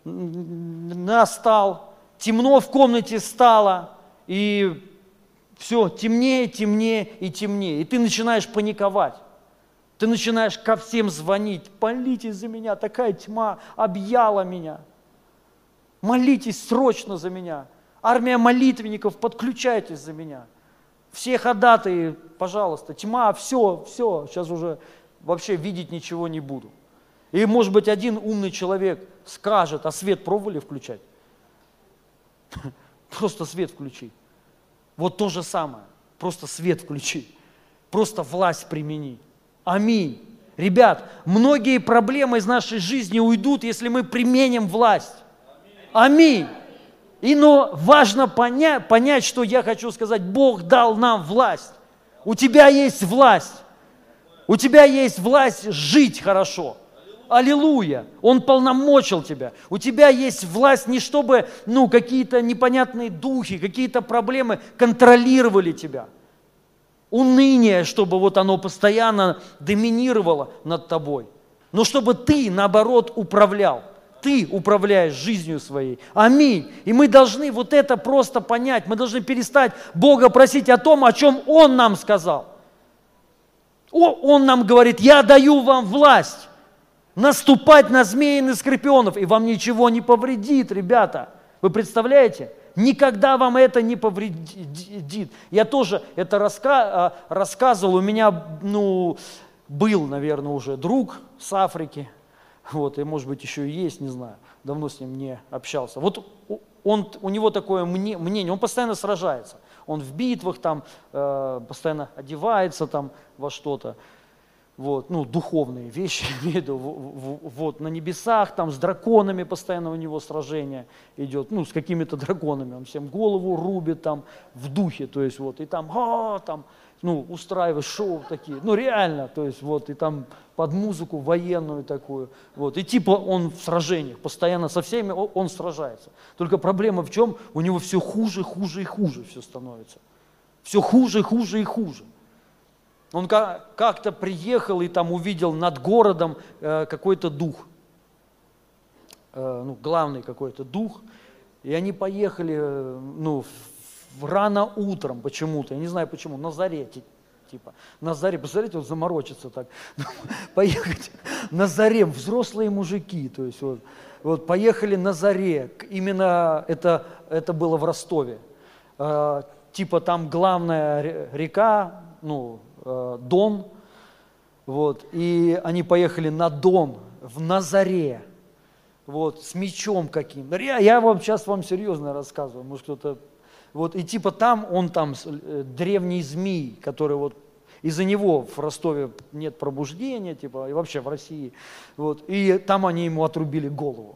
Speaker 1: настал, темно в комнате стало, и все, темнее, темнее и темнее. И ты начинаешь паниковать. Ты начинаешь ко всем звонить. Молитесь за меня, такая тьма объяла меня. Молитесь срочно за меня. Армия молитвенников, подключайтесь за меня. Все ходатаи, пожалуйста, тьма, все, все, сейчас уже вообще видеть ничего не буду. И может быть один умный человек скажет, а свет пробовали включать? Просто свет включи. Вот то же самое, просто свет включи, просто власть примени. Аминь. Ребят, многие проблемы из нашей жизни уйдут, если мы применим власть. Аминь. И но важно понять, понять, что я хочу сказать, Бог дал нам власть. У тебя есть власть. У тебя есть власть жить хорошо. Аллилуйя. Он полномочил тебя. У тебя есть власть не чтобы ну, какие-то непонятные духи, какие-то проблемы контролировали тебя. Уныние, чтобы вот оно постоянно доминировало над тобой. Но чтобы ты, наоборот, управлял. Ты управляешь жизнью своей. Аминь. И мы должны вот это просто понять. Мы должны перестать Бога просить о том, о чем Он нам сказал. Он нам говорит, я даю вам власть наступать на змеи и на скорпионов, и вам ничего не повредит, ребята. Вы представляете? Никогда вам это не повредит. Я тоже это раска- рассказывал. У меня ну, был, наверное, уже друг с Африки. Вот, и, может быть, еще и есть, не знаю. Давно с ним не общался. Вот он, у него такое мнение, он постоянно сражается. Он в битвах там, э, постоянно одевается там во что-то. Вот, ну, духовные вещи, вот, на небесах, там, с драконами постоянно у него сражение идет, ну, с какими-то драконами, он всем голову рубит, там, в духе, то есть, вот, и там, а, там, ну, устраивает шоу такие, ну, реально, то есть, вот, и там под музыку военную такую, вот, и типа он в сражениях, постоянно со всеми он сражается, только проблема в чем? У него все хуже, хуже и хуже все становится, все хуже, хуже и хуже. Он как-то приехал и там увидел над городом э, какой-то дух, э, ну, главный какой-то дух, и они поехали э, ну, в, рано утром почему-то, я не знаю почему, на заре, типа, на заре, посмотрите, вот заморочиться так, поехать на заре, взрослые мужики, то есть вот, вот поехали на заре, именно это, это было в Ростове, э, типа там главная река, ну, Дон, вот, и они поехали на Дон, в Назаре, вот, с мечом каким. Я, я вам сейчас вам серьезно рассказываю, может кто-то, вот, и типа там он там древний змей, который вот, из-за него в Ростове нет пробуждения, типа, и вообще в России, вот, и там они ему отрубили голову.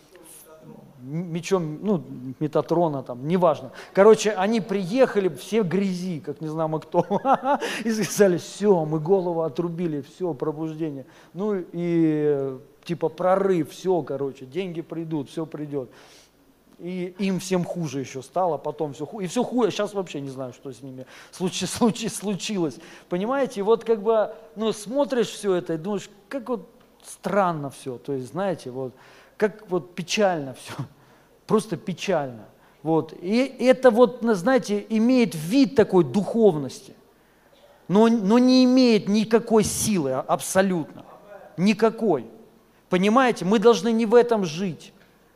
Speaker 1: Мечом, ну, Метатрона там, неважно. Короче, они приехали, все в грязи, как не знамо кто, и сказали, все, мы голову отрубили, все, пробуждение. Ну и типа прорыв, все, короче, деньги придут, все придет. И им всем хуже еще стало, потом все хуже. И все хуже, сейчас вообще не знаю, что с ними случи, случи, случилось. Понимаете, и вот как бы, ну, смотришь все это и думаешь, как вот странно все, то есть, знаете, вот, как вот печально все, просто печально. Вот. И это вот, знаете, имеет вид такой духовности, но, но не имеет никакой силы абсолютно, никакой. Понимаете, мы должны не в этом жить.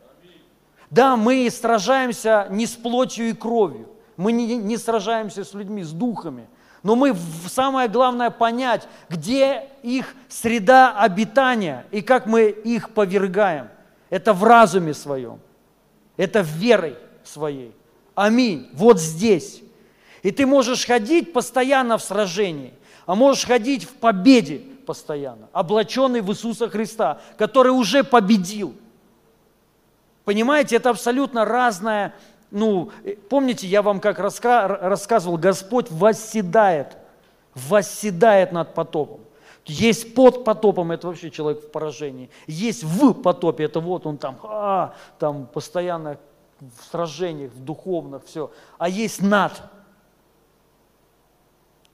Speaker 1: Да, мы сражаемся не с плотью и кровью, мы не, не сражаемся с людьми, с духами, но мы, самое главное, понять, где их среда обитания и как мы их повергаем. Это в разуме своем, это верой своей. Аминь. Вот здесь. И ты можешь ходить постоянно в сражении, а можешь ходить в победе постоянно, облаченный в Иисуса Христа, который уже победил. Понимаете, это абсолютно разное. Ну, помните, я вам как раска- рассказывал, Господь восседает, восседает над потопом. Есть под потопом, это вообще человек в поражении. Есть в потопе, это вот он там, а, там постоянно в сражениях, в духовных, все. А есть над.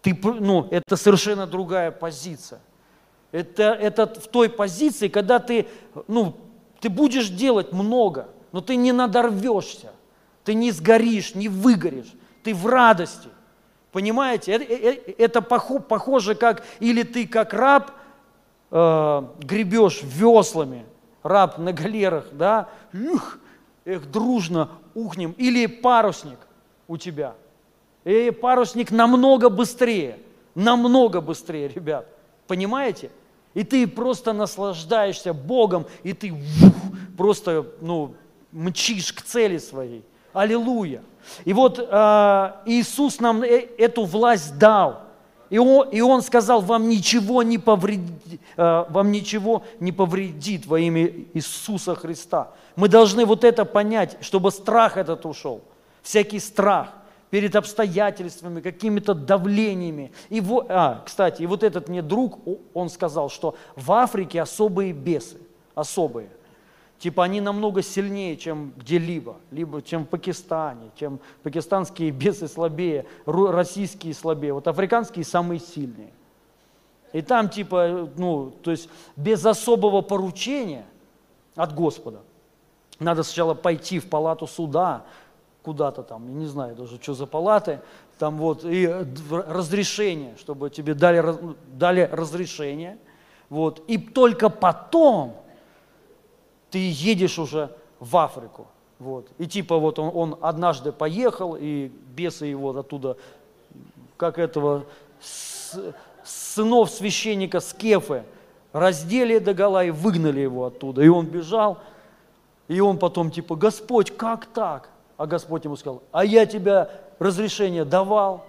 Speaker 1: Ты, ну, это совершенно другая позиция. Это, это в той позиции, когда ты, ну, ты будешь делать много, но ты не надорвешься, ты не сгоришь, не выгоришь, ты в радости. Понимаете? Это, это похоже, как или ты как раб э, гребешь веслами, раб на галерах, да, Ух, эх, дружно ухнем, или парусник у тебя. И парусник намного быстрее, намного быстрее, ребят. Понимаете? И ты просто наслаждаешься Богом, и ты ух, просто, ну, мчишь к цели своей. Аллилуйя. И вот э, Иисус нам э, эту власть дал. И он, и он сказал, вам ничего не повредит, э, вам ничего не повредит во имя Иисуса Христа. Мы должны вот это понять, чтобы страх этот ушел. Всякий страх перед обстоятельствами, какими-то давлениями. И во, а, кстати, и вот этот мне друг, он сказал, что в Африке особые бесы, особые. Типа они намного сильнее, чем где-либо, либо чем в Пакистане, чем пакистанские бесы слабее, российские слабее, вот африканские самые сильные. И там типа, ну, то есть без особого поручения от Господа. Надо сначала пойти в палату суда, куда-то там, я не знаю даже, что за палаты, там вот, и разрешение, чтобы тебе дали, дали разрешение, вот, и только потом ты едешь уже в Африку, вот, и типа вот он, он однажды поехал, и бесы его оттуда, как этого, с, сынов священника Скефы, раздели догола и выгнали его оттуда, и он бежал, и он потом типа, Господь, как так? А Господь ему сказал, а я тебе разрешение давал.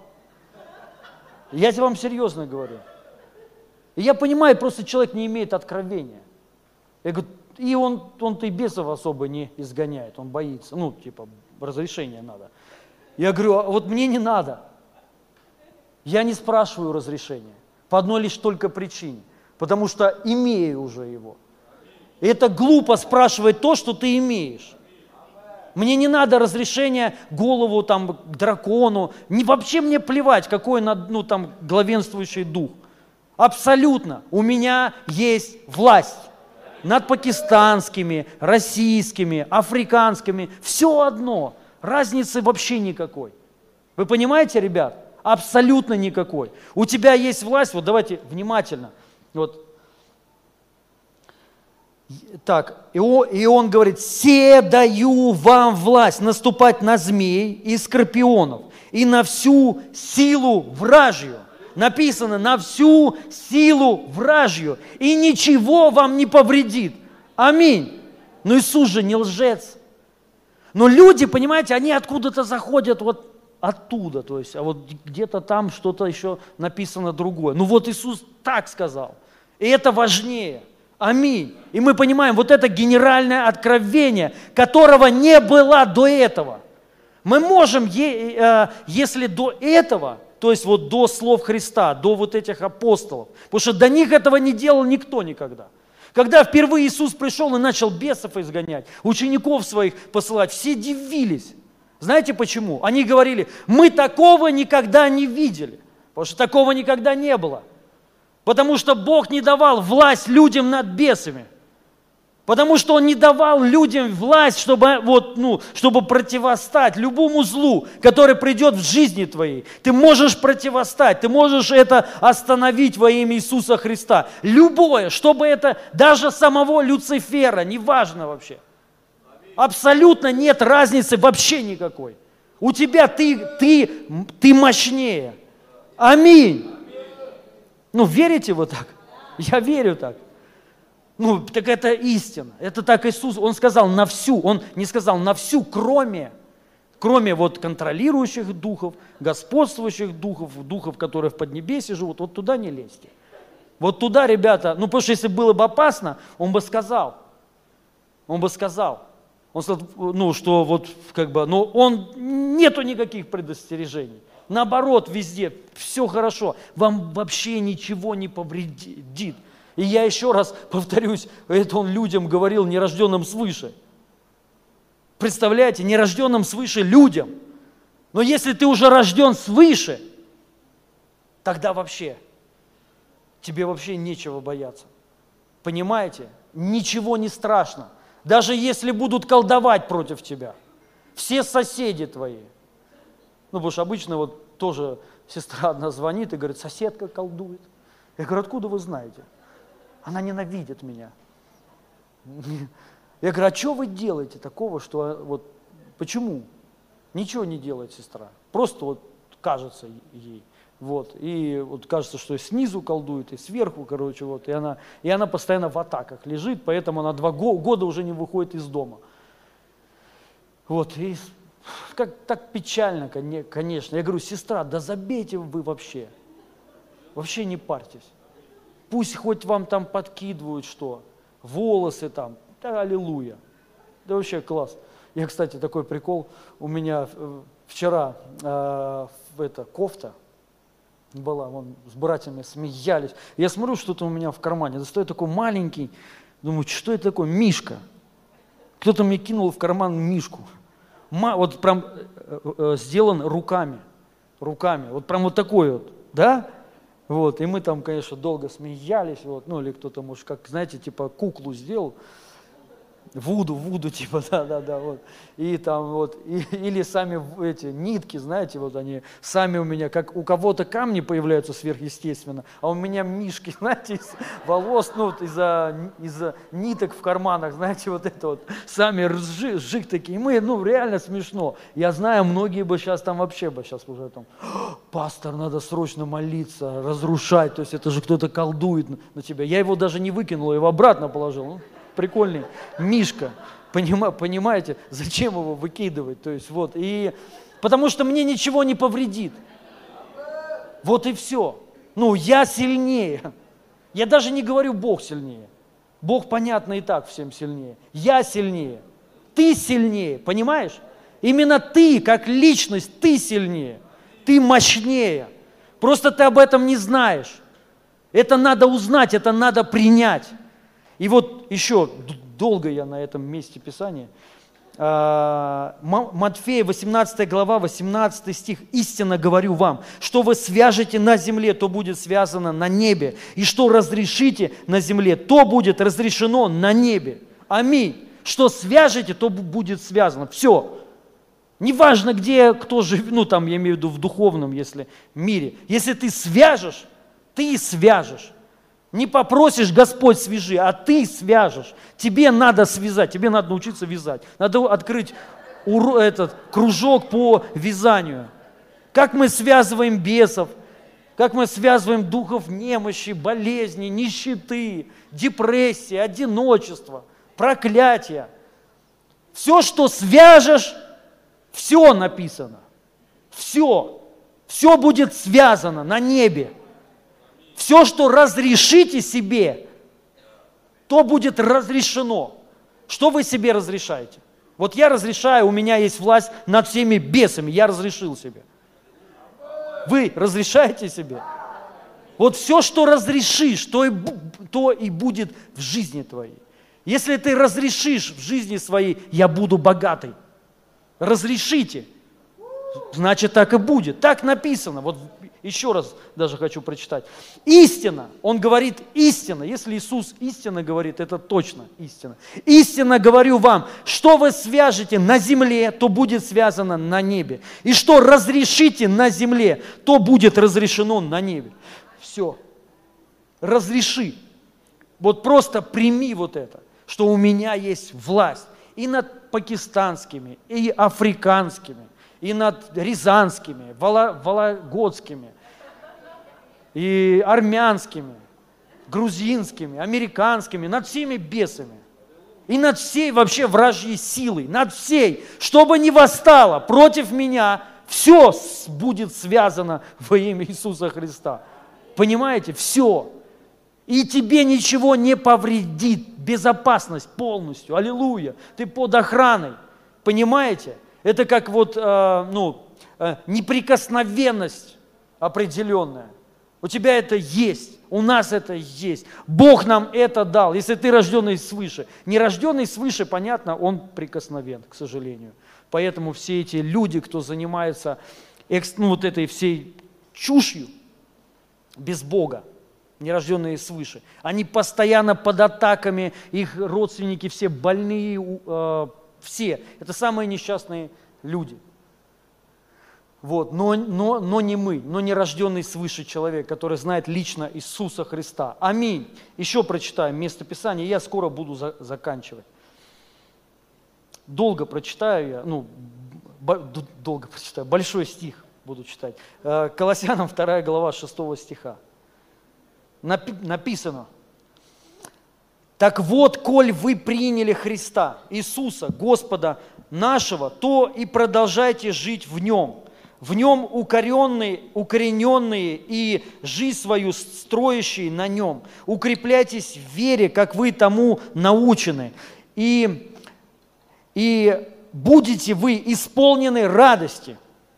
Speaker 1: Я тебе вам серьезно говорю. И я понимаю, просто человек не имеет откровения. Я говорю, и он, он-то и бесов особо не изгоняет, он боится. Ну, типа, разрешение надо. Я говорю, а вот мне не надо. Я не спрашиваю разрешения. По одной лишь только причине. Потому что имею уже его. И это глупо спрашивать то, что ты имеешь. Мне не надо разрешения голову там к дракону. Не, вообще мне плевать, какой ну, там главенствующий дух. Абсолютно. У меня есть власть над пакистанскими, российскими, африканскими. Все одно. Разницы вообще никакой. Вы понимаете, ребят? Абсолютно никакой. У тебя есть власть, вот давайте внимательно. Вот. Так, и он, и он говорит, «Се даю вам власть наступать на змей и скорпионов, и на всю силу вражью». Написано, на всю силу вражью, и ничего вам не повредит. Аминь. Но Иисус же не лжец. Но люди, понимаете, они откуда-то заходят вот оттуда, то есть, а вот где-то там что-то еще написано другое. Ну вот Иисус так сказал, и это важнее. Аминь. И мы понимаем, вот это генеральное откровение, которого не было до этого. Мы можем, если до этого, то есть вот до слов Христа, до вот этих апостолов, потому что до них этого не делал никто никогда. Когда впервые Иисус пришел и начал бесов изгонять, учеников своих посылать, все дивились. Знаете почему? Они говорили, мы такого никогда не видели, потому что такого никогда не было. Потому что Бог не давал власть людям над бесами. Потому что Он не давал людям власть, чтобы, вот, ну, чтобы противостать любому злу, который придет в жизни твоей. Ты можешь противостать, ты можешь это остановить во имя Иисуса Христа. Любое, чтобы это, даже самого Люцифера, неважно вообще. Абсолютно нет разницы вообще никакой. У тебя ты, ты, ты мощнее. Аминь. Ну, верите вы так? Я верю так. Ну, так это истина. Это так Иисус, Он сказал на всю, Он не сказал на всю, кроме, кроме вот контролирующих духов, господствующих духов, духов, которые в Поднебесье живут, вот туда не лезьте. Вот туда, ребята, ну, потому что если было бы опасно, Он бы сказал, Он бы сказал, Он сказал, ну, что вот как бы, но Он, нету никаких предостережений. Наоборот, везде все хорошо, вам вообще ничего не повредит. И я еще раз повторюсь, это он людям говорил, нерожденным свыше. Представляете, нерожденным свыше людям. Но если ты уже рожден свыше, тогда вообще тебе вообще нечего бояться. Понимаете? Ничего не страшно. Даже если будут колдовать против тебя. Все соседи твои. Ну, потому что обычно вот тоже сестра одна звонит и говорит, соседка колдует. Я говорю, откуда вы знаете? Она ненавидит меня. Я говорю, а что вы делаете такого, что вот почему? Ничего не делает сестра. Просто вот кажется ей. Вот. И вот кажется, что и снизу колдует, и сверху, короче, вот. И она, и она постоянно в атаках лежит, поэтому она два года уже не выходит из дома. Вот. И как, так печально, конечно. Я говорю, сестра, да забейте вы вообще. Вообще не парьтесь. Пусть хоть вам там подкидывают что, волосы там, да аллилуйя. Да вообще класс. Я, кстати, такой прикол, у меня вчера э, это, кофта была, вон, с братьями смеялись. Я смотрю, что-то у меня в кармане, достаю такой маленький, думаю, что это такое, мишка. Кто-то мне кинул в карман мишку. Ма, вот прям э, э, сделан руками, руками, вот прям вот такой вот, да? Вот, и мы там, конечно, долго смеялись, вот, ну или кто-то, может, как, знаете, типа куклу сделал, вуду, вуду, типа, да-да-да, вот, и там вот, и, или сами эти нитки, знаете, вот они сами у меня, как у кого-то камни появляются сверхъестественно, а у меня мишки, знаете, из волос, ну, вот из-за из-за ниток в карманах, знаете, вот это вот, сами ржи, жик такие, мы, ну, реально смешно. Я знаю, многие бы сейчас там вообще бы сейчас уже там, пастор, надо срочно молиться, разрушать, то есть это же кто-то колдует на тебя. Я его даже не выкинул, я его обратно положил, ну, прикольный мишка, понима, понимаете, зачем его выкидывать, то есть вот, и потому что мне ничего не повредит, вот и все, ну, я сильнее, я даже не говорю Бог сильнее, Бог, понятно, и так всем сильнее, я сильнее, ты сильнее, понимаешь, именно ты, как личность, ты сильнее, ты мощнее, просто ты об этом не знаешь, это надо узнать, это надо принять. И вот еще, долго я на этом месте Писания, Матфея, восемнадцатая глава, восемнадцатый стих. «Истинно говорю вам, что вы свяжете на земле, то будет связано на небе, и что разрешите на земле, то будет разрешено на небе». Аминь. Что свяжете, то будет связано. Все. Неважно, где кто живет, ну там я имею в виду в духовном, если мире. Если ты свяжешь, ты свяжешь. Не попросишь, Господь, свяжи, а ты свяжешь. Тебе надо связать, тебе надо научиться вязать. Надо открыть уро, этот кружок по вязанию. Как мы связываем бесов, как мы связываем духов немощи, болезни, нищеты, депрессии, одиночества, проклятия. Все, что свяжешь, все написано. Все. Все будет связано на небе. Все, что разрешите себе, то будет разрешено. Что вы себе разрешаете? Вот я разрешаю, у меня есть власть над всеми бесами, я разрешил себе. Вы разрешаете себе? Вот все, что разрешишь, то и, то и будет в жизни твоей. Если ты разрешишь в жизни своей, я буду богатый. Разрешите. Значит, так и будет. Так написано. Вот еще раз даже хочу прочитать. Истина. Он говорит истина. Если Иисус истинно говорит, это точно истина. Истинно говорю вам, что вы свяжете на земле, то будет связано на небе. И что разрешите на земле, то будет разрешено на небе. Все. Разреши. Вот просто прими вот это, что у меня есть власть и над пакистанскими, и африканскими, и над рязанскими, вологодскими, и армянскими, грузинскими, американскими, над всеми бесами. И над всей вообще вражьей силой, над всей, что бы ни восстало против меня, все будет связано во имя Иисуса Христа. Понимаете? Все. И тебе ничего не повредит. Безопасность полностью. Аллилуйя. Ты под охраной. Понимаете? Это как вот, э, ну, э, неприкосновенность определенная. У тебя это есть, у нас это есть. Бог нам это дал, если ты рожденный свыше. Не рожденный свыше, понятно, он прикосновен, к сожалению. Поэтому все эти люди, кто занимается экс, ну, вот этой всей чушью, без Бога, нерожденные свыше. Они постоянно под атаками, их родственники все больные, э, все. Это самые несчастные люди. Вот. Но, но, но не мы, но нерожденный свыше человек, который знает лично Иисуса Христа. Аминь. Еще прочитаем место Писания, я скоро буду за, заканчивать. Долго прочитаю я, ну, бо, долго прочитаю, большой стих буду читать. Э, Колоссянам вторая глава шестого стиха. Написано: «Так вот, коль вы приняли Христа, Иисуса, Господа нашего, то и продолжайте жить в Нем, в Нем укоренные, укорененные и жизнь свою строящие на Нем. Укрепляйтесь в вере, как вы тому научены, и, и будете вы исполнены радости».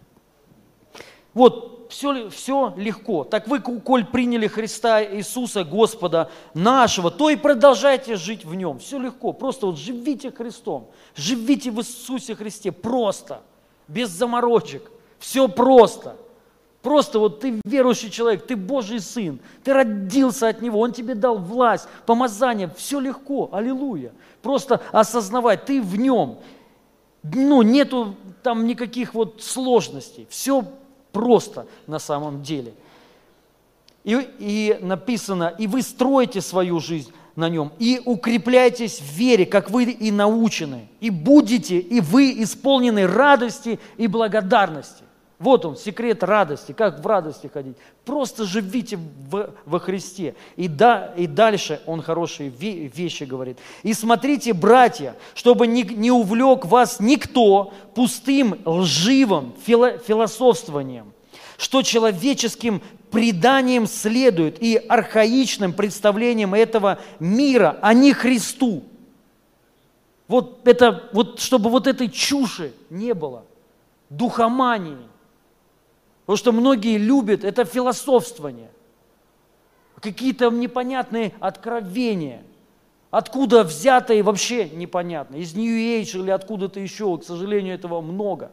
Speaker 1: Вот. Все, все легко. Так вы, коль приняли Христа Иисуса, Господа нашего, то и продолжайте жить в Нем. Все легко. Просто вот живите Христом. Живите в Иисусе Христе. Просто. Без заморочек. Все просто. Просто вот ты верующий человек, ты Божий сын, ты родился от Него, Он тебе дал власть, помазание. Все легко. Аллилуйя. Просто осознавать, ты в Нем. Ну, нету там никаких вот сложностей. Все просто на самом деле. И, и написано: «И вы строите свою жизнь на Нем, и укрепляйтесь в вере, как вы и научены, и будете, и вы исполнены радости и благодарности». Вот он, секрет радости, как в радости ходить. Просто живите в, во Христе. И, да, и дальше он хорошие вещи говорит. «И смотрите, братья, чтобы не, не увлек вас никто пустым, лживым фило, философствованием, что человеческим преданием следует и архаичным представлением этого мира, а не Христу». Вот это, вот, чтобы вот этой чуши не было, духомании. Потому что многие любят это философствование, какие-то непонятные откровения, откуда взятые вообще непонятно, из New Age или откуда-то еще, к сожалению, этого много.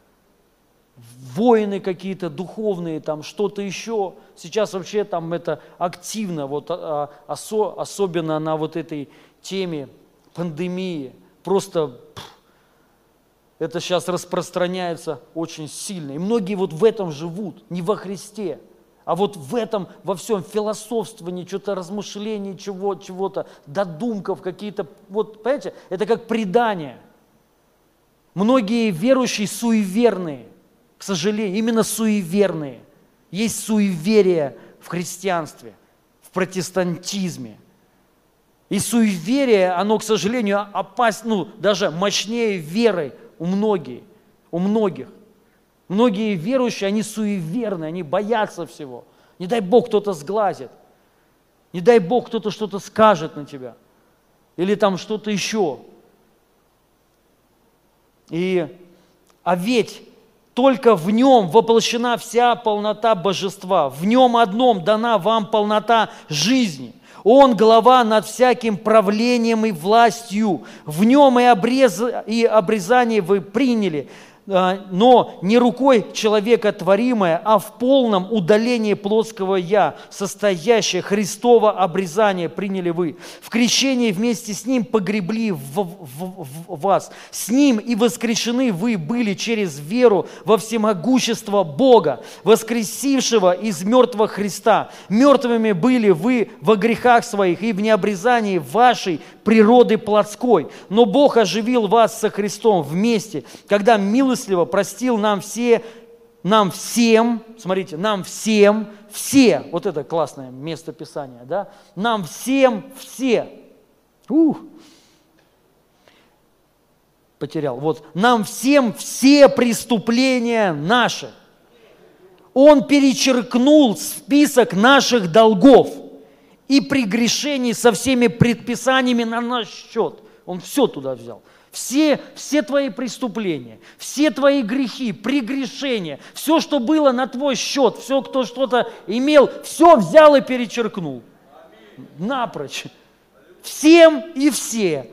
Speaker 1: Войны какие-то духовные, там что-то еще. Сейчас вообще там это активно, вот, а, осо, особенно на вот этой теме пандемии, просто... Это сейчас распространяется очень сильно. И многие вот в этом живут, не во Христе, а вот в этом, во всем философствовании, что-то размышлении чего, чего-то, додумков какие-то. Вот, понимаете, это как предание. Многие верующие суеверные, к сожалению, именно суеверные. Есть суеверие в христианстве, в протестантизме. И суеверие, оно, к сожалению, опасно, ну, даже мощнее веры у многих. У многих. Многие верующие, они суеверны, они боятся всего. Не дай Бог кто-то сглазит. Не дай Бог кто-то что-то скажет на тебя. Или там что-то еще. И, а ведь только в Нем воплощена вся полнота Божества. В Нем одном дана вам полнота жизни. Он глава над всяким правлением и властью. В Нем и, обрез... и обрезание вы приняли, но не рукой человека творимое, а в полном удалении плотского «я», состоящее Христово обрезание приняли вы. В крещении вместе с Ним погребли в, в, в вас. С Ним и воскрешены вы были через веру во всемогущество Бога, воскресившего из мертвых Христа. Мертвыми были вы во грехах своих и в необрезании вашей природы плотской. Но Бог оживил вас со Христом вместе, когда милостливо простил нам все, нам всем, смотрите, нам всем, все, вот это классное место Писания, да, нам всем, все, ух, потерял, вот, нам всем все преступления наши. Он перечеркнул список наших долгов и прегрешений со всеми предписаниями на наш счет. Он все туда взял. Все, все твои преступления, все твои грехи, прегрешения, все, что было на твой счет, все, кто что-то имел, все взял и перечеркнул. Напрочь. Всем и все.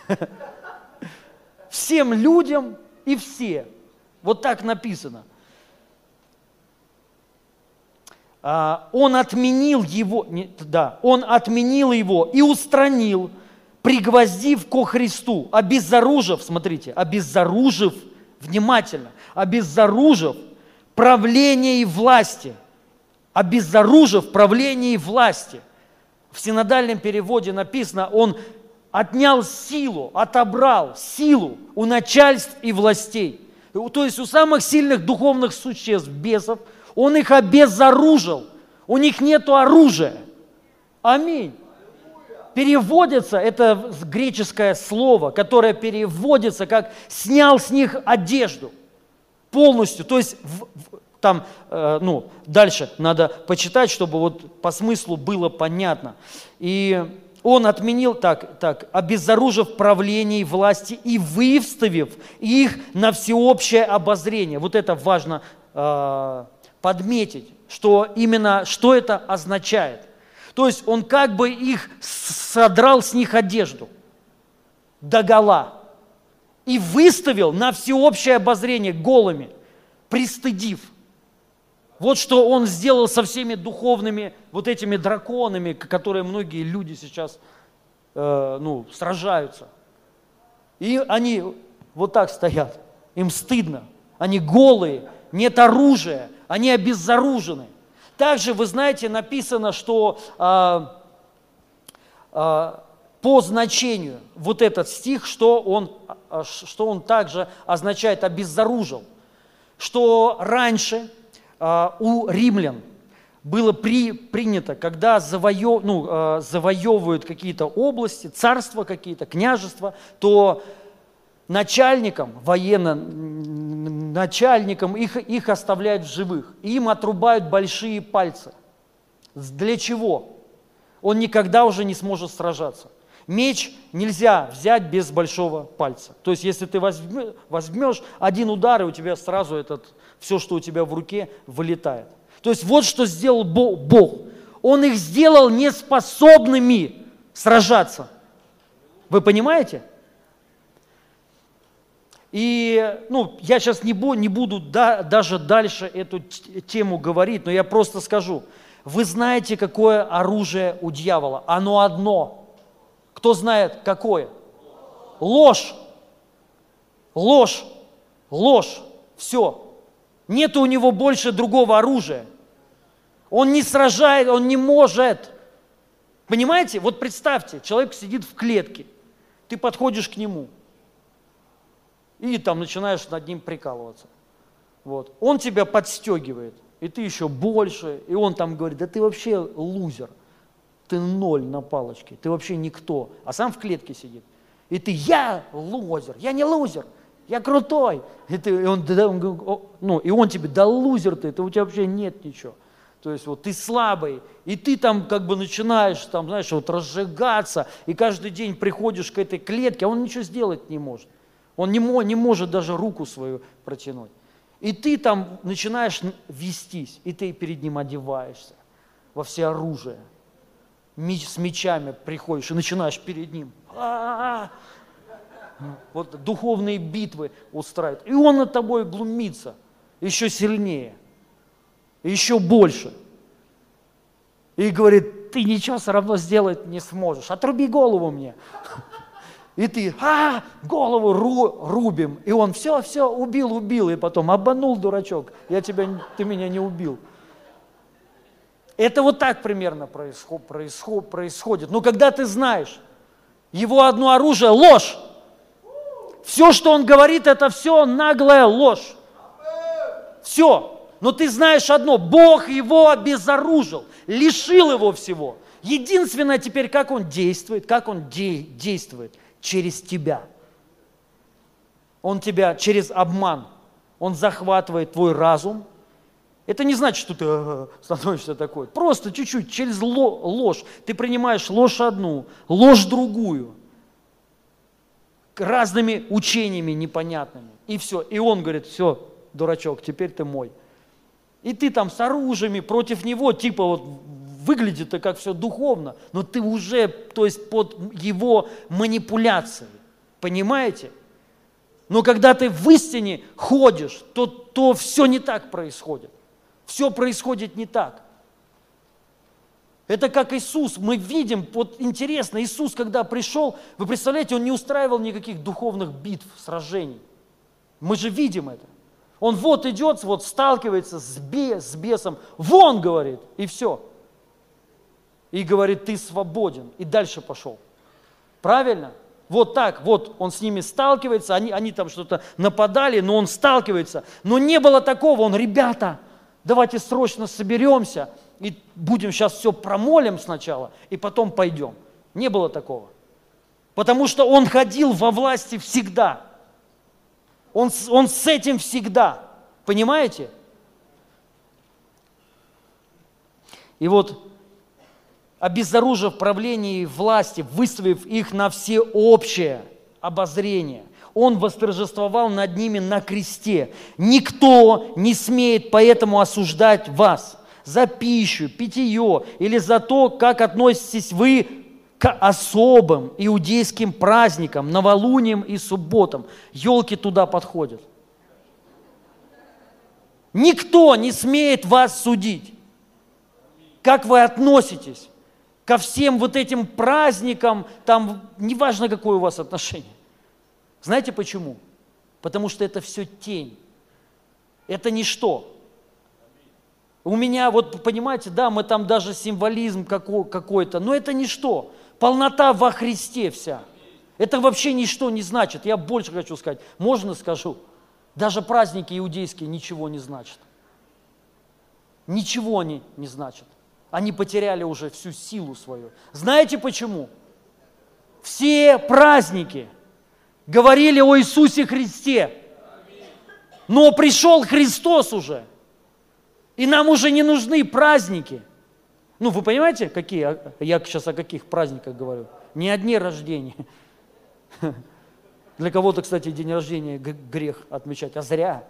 Speaker 1: Всем людям и все. Вот так написано. Он отменил его, да, он отменил его и устранил, пригвоздив ко Христу, обезоружив, смотрите, обезоружив, внимательно, обезоружив правление и власти, обезоружив правление и власти. В синодальном переводе написано, он отнял силу, отобрал силу у начальств и властей. То есть у самых сильных духовных существ, бесов, он их обезоружил. У них нет оружия. Аминь. Переводится, это греческое слово, которое переводится как «снял с них одежду» полностью. То есть в, в, там, э, ну, дальше надо почитать, чтобы вот по смыслу было понятно. И он отменил, так, так, обезоружив правление и власти и выставив их на всеобщее обозрение. Вот это важно э, подметить, что именно, что это означает. То есть он как бы их содрал с них одежду догола и выставил на всеобщее обозрение голыми, пристыдив. Вот что он сделал со всеми духовными вот этими драконами, которые многие люди сейчас э, ну, сражаются. И они вот так стоят, им стыдно, они голые, нет оружия, они обезоружены. Также, вы знаете, написано, что э, э, по значению вот этот стих, что он, э, что он также означает «обезоружил», что раньше э, у римлян было при, принято, когда завоев, ну, э, завоевывают какие-то области, царства какие-то, княжества, то начальникам, военно начальникам, их, их оставляют в живых. И им отрубают большие пальцы. Для чего? Он никогда уже не сможет сражаться. Меч нельзя взять без большого пальца. То есть, если ты возьмешь, возьмешь один удар, и у тебя сразу этот, все, что у тебя в руке, вылетает. То есть, вот что сделал Бог. Он их сделал неспособными сражаться. Вы понимаете? И ну, я сейчас не, бу, не буду да, даже дальше эту тему говорить, но я просто скажу. Вы знаете, какое оружие у дьявола? Оно одно. Кто знает, какое? Ложь. Ложь. Ложь. Все. Нет у него больше другого оружия. Он не сражает, он не может. Понимаете? Вот представьте, человек сидит в клетке. Ты подходишь к нему. И там начинаешь над ним прикалываться. Вот. Он тебя подстегивает, и ты еще больше, и он там говорит, да ты вообще лузер, ты ноль на палочке, ты вообще никто, а сам в клетке сидит. И ты, я лузер, я не лузер, я крутой. И, ты, и, он, он, ну, и он тебе, да лузер ты, ты, у тебя вообще нет ничего. То есть вот ты слабый, и ты там как бы начинаешь, там, знаешь, вот разжигаться, и каждый день приходишь к этой клетке, а он ничего сделать не может. Он не, не может даже руку свою протянуть. И ты там начинаешь вестись, и ты перед ним одеваешься во всеоружие. С мечами приходишь и начинаешь перед ним. А-а-а! Вот духовные битвы устраивает. И он над тобой глумится еще сильнее, еще больше. И говорит, ты ничего все равно сделать не сможешь. Отруби голову мне. И ты, а, голову ру, рубим. И он, все, все, убил, убил. И потом, обманул, дурачок, я тебя, ты меня не убил. Это вот так примерно происход, происход, происходит. Но когда ты знаешь, его одно оружие – ложь. Все, что он говорит, это все наглая ложь. Все. Но ты знаешь одно, Бог его обезоружил, лишил его всего. Единственное теперь, как он действует, как он де- действует – через тебя. Он тебя через обман, он захватывает твой разум. Это не значит, что ты становишься такой. Просто чуть-чуть через ложь. Ты принимаешь ложь одну, ложь другую. Разными учениями непонятными. И все. И он говорит, все, дурачок, теперь ты мой. И ты там с оружиями против него, типа вот выглядит-то как все духовно, но ты уже, то есть под его манипуляцией, понимаете? Но когда ты в истине ходишь, то, то все не так происходит. Все происходит не так. Это как Иисус. Мы видим, вот интересно, Иисус, когда пришел, вы представляете, Он не устраивал никаких духовных битв, сражений. Мы же видим это. Он вот идет, вот сталкивается с, бе, с бесом, вон, говорит, и все. И говорит, ты свободен. И дальше пошел. Правильно? Вот так, вот он с ними сталкивается, они, они там что-то нападали, но он сталкивается. Но не было такого, он, ребята, давайте срочно соберемся и будем сейчас все промолим сначала, и потом пойдем. Не было такого. Потому что он ходил во власти всегда. Он, он с этим всегда. Понимаете? И вот, обезоружив правление и власти, выставив их на всеобщее обозрение, Он восторжествовал над ними на кресте. Никто не смеет поэтому осуждать вас за пищу, питье или за то, как относитесь вы к особым иудейским праздникам, новолуниям и субботам. Елки туда подходят. Никто не смеет вас судить. Как вы относитесь ко всем вот этим праздникам, там, неважно, какое у вас отношение. Знаете почему? Потому что это все тень. Это ничто. У меня, вот понимаете, да, мы там даже символизм какой-то, но это ничто. Полнота во Христе вся. Это вообще ничто не значит. Я больше хочу сказать. Можно скажу? Даже праздники иудейские ничего не значат. Ничего они не значат. Они потеряли уже всю силу свою. Знаете почему? Все праздники говорили о Иисусе Христе. Но пришел Христос уже. И нам уже не нужны праздники. Ну, вы понимаете, какие? Я сейчас о каких праздниках говорю? Не о дне рождения. Для кого-то, кстати, день рождения грех отмечать, а зря.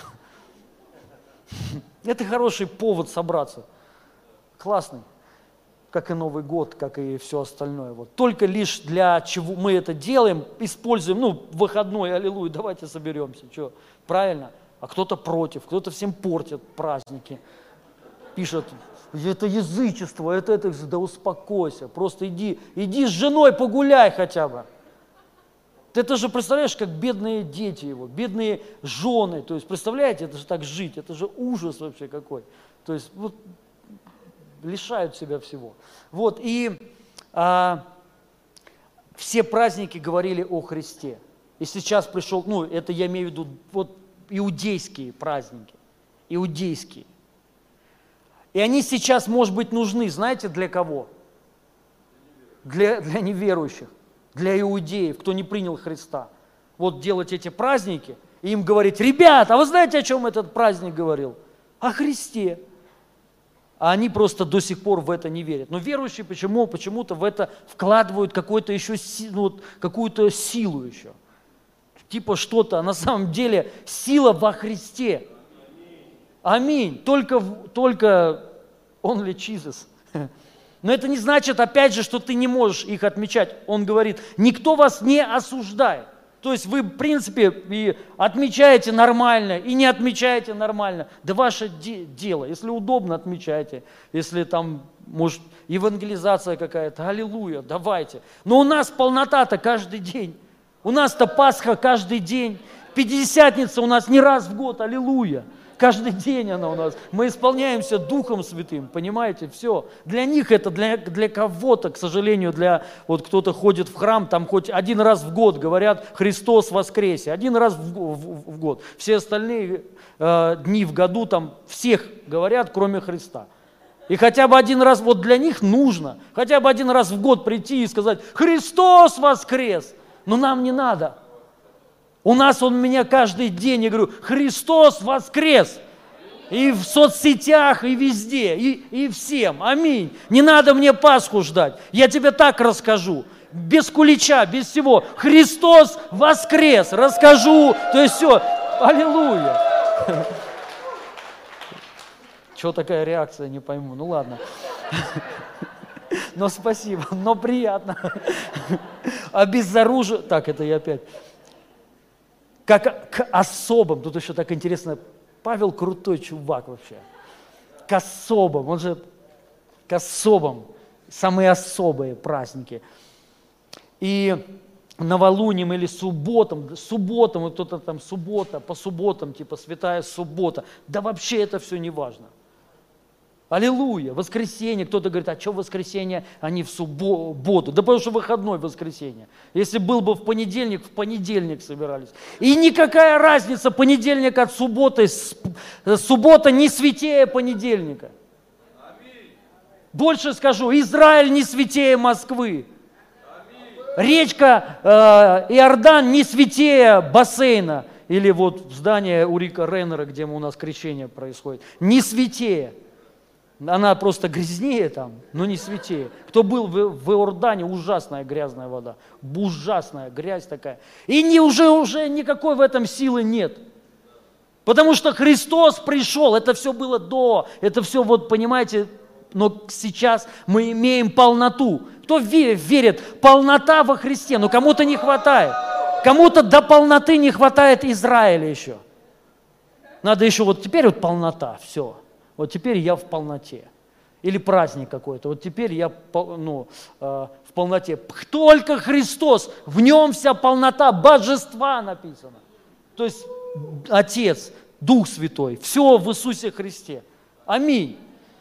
Speaker 1: Это хороший повод собраться. Классный. Как и Новый год, как и все остальное. Вот. Только лишь для чего мы это делаем, используем, ну, выходной, аллилуйя, давайте соберемся. Что? Правильно? А кто-то против, кто-то всем портит праздники. Пишет, это язычество, это, это, да успокойся, просто иди, иди с женой погуляй хотя бы. Ты это же представляешь, как бедные дети его, бедные жены, то есть представляете, это же так жить, это же ужас вообще какой. То есть вот, лишают себя всего. Вот, и а, все праздники говорили о Христе. И сейчас пришел, ну, это я имею в виду, вот иудейские праздники, иудейские. И они сейчас, может быть, нужны, знаете, для кого? Для, для неверующих, для иудеев, кто не принял Христа. Вот делать эти праздники и им говорить, ребята, а вы знаете, о чем этот праздник говорил? О Христе. А они просто до сих пор в это не верят. Но верующие почему? Почему-то в это вкладывают какую-то еще, ну, вот, какую-то силу еще. Типа что-то, а на самом деле сила во Христе. Аминь. Только, только only Jesus. Но это не значит, опять же, что ты не можешь их отмечать. Он говорит, никто вас не осуждает. То есть вы, в принципе, и отмечаете нормально, и не отмечаете нормально. Да ваше де- дело. Если удобно, отмечайте. Если там, может, евангелизация какая-то, аллилуйя, давайте. Но у нас полнота-то каждый день. У нас-то Пасха каждый день. Пятидесятница у нас не раз в год, аллилуйя. Каждый день она у нас. Мы исполняемся Духом Святым, понимаете, все. Для них это, для, для кого-то, к сожалению, для, вот кто-то ходит в храм, там хоть один раз в год говорят «Христос воскресе», один раз в, в, в год. Все остальные э, дни в году там всех говорят, кроме Христа. И хотя бы один раз, вот для них нужно, хотя бы один раз в год прийти и сказать «Христос воскрес», но нам не надо. У нас он меня каждый день, я говорю, Христос воскрес. И в соцсетях, и везде, и, и всем. Аминь. Не надо мне Пасху ждать. Я тебе так расскажу. Без кулича, без всего. Христос воскрес. Расскажу. То есть все. Аллилуйя. Чего такая реакция, не пойму. Ну ладно. Но спасибо, но приятно. Обезоружу. Так, это я опять. Как к особым, тут еще так интересно, Павел крутой чувак вообще, к особым, он же к особым, самые особые праздники. И новолунием или субботам, субботам, вот кто-то там суббота, по субботам, типа святая суббота, да вообще это все не важно. Аллилуйя, воскресенье, кто-то говорит, а что воскресенье, а не в субботу? Да потому что выходной воскресенье. Если был бы в понедельник, в понедельник собирались. И никакая разница, понедельник от субботы, суббота не святее понедельника. Больше скажу, Израиль не святее Москвы. Речка э, Иордан не святее бассейна. Или вот здание у Рика Реннера, где у нас крещение происходит. Не святее. Она просто грязнее там, но не святее. Кто был в, в Иордане, ужасная грязная вода. Ужасная грязь такая. И не, уже, уже никакой в этом силы нет. Потому что Христос пришел. Это все было до. Это все, вот понимаете, но сейчас мы имеем полноту. Кто верит? Полнота во Христе. Но кому-то не хватает. Кому-то до полноты не хватает Израиля еще. Надо еще вот теперь вот полнота, все. Вот теперь я в полноте. Или праздник какой-то. Вот теперь я ну, э, в полноте. Только Христос, в нем вся полнота божества написано. То есть Отец, Дух Святой, все в Иисусе Христе. Аминь.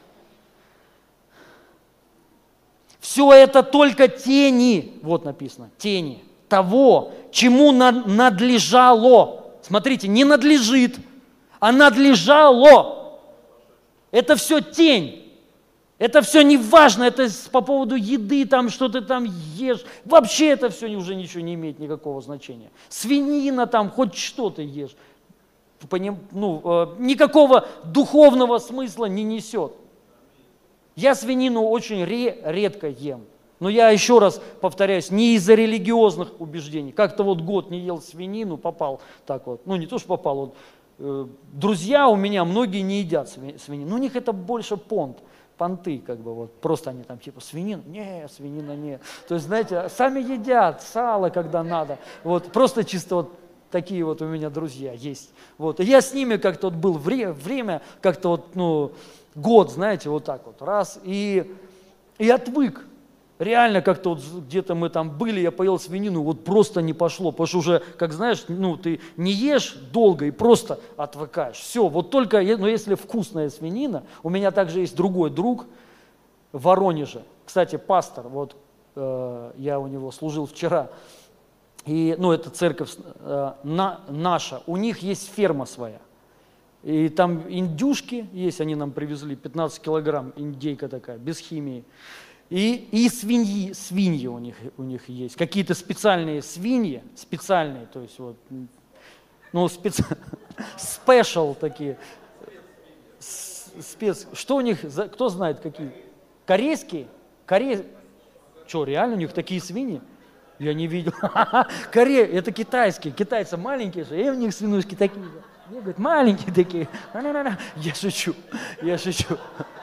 Speaker 1: Все это только тени, вот написано, тени того, чему надлежало. Смотрите, не надлежит, а надлежало. Это все тень. Это все не важно, это по поводу еды, там что ты там ешь. Вообще это все уже ничего не имеет никакого значения. Свинина там, хоть что ты ешь. Ну, никакого духовного смысла не несет. Я свинину очень редко ем. Но я еще раз повторяюсь, не из-за религиозных убеждений. Как-то вот год не ел свинину, попал так вот. Ну не то, что попал, вот, э, друзья у меня, многие не едят свинину. Но у них это больше понт, понты, как бы вот. Просто они там типа свинина, не, свинина не. То есть, знаете, сами едят сало, когда надо. Вот просто чисто вот такие вот у меня друзья есть. Вот. И я с ними как-то вот был вре- время, как-то вот, ну, год, знаете, вот так вот, раз, и, и отвык. Реально как-то вот где-то мы там были, я поел свинину, вот просто не пошло, потому что уже, как знаешь, ну, ты не ешь долго и просто отвыкаешь. Все, вот только, ну, если вкусная свинина, у меня также есть другой друг в Воронеже, кстати, пастор, вот э, я у него служил вчера, и, ну, это церковь э, на, наша, у них есть ферма своя. И там индюшки есть, они нам привезли, пятнадцать килограмм, индейка такая, без химии. И, и свиньи, свиньи у них, у них есть, какие-то специальные свиньи, специальные, то есть вот, ну, специ... спешл такие, спец... Что у них, кто знает какие? Корейские? Коре... Что, реально у них такие свиньи? Я не видел. Корея, это китайские, китайцы маленькие же, и у них свинушки такие же. Бегают, маленькие такие. Я шучу, я шучу.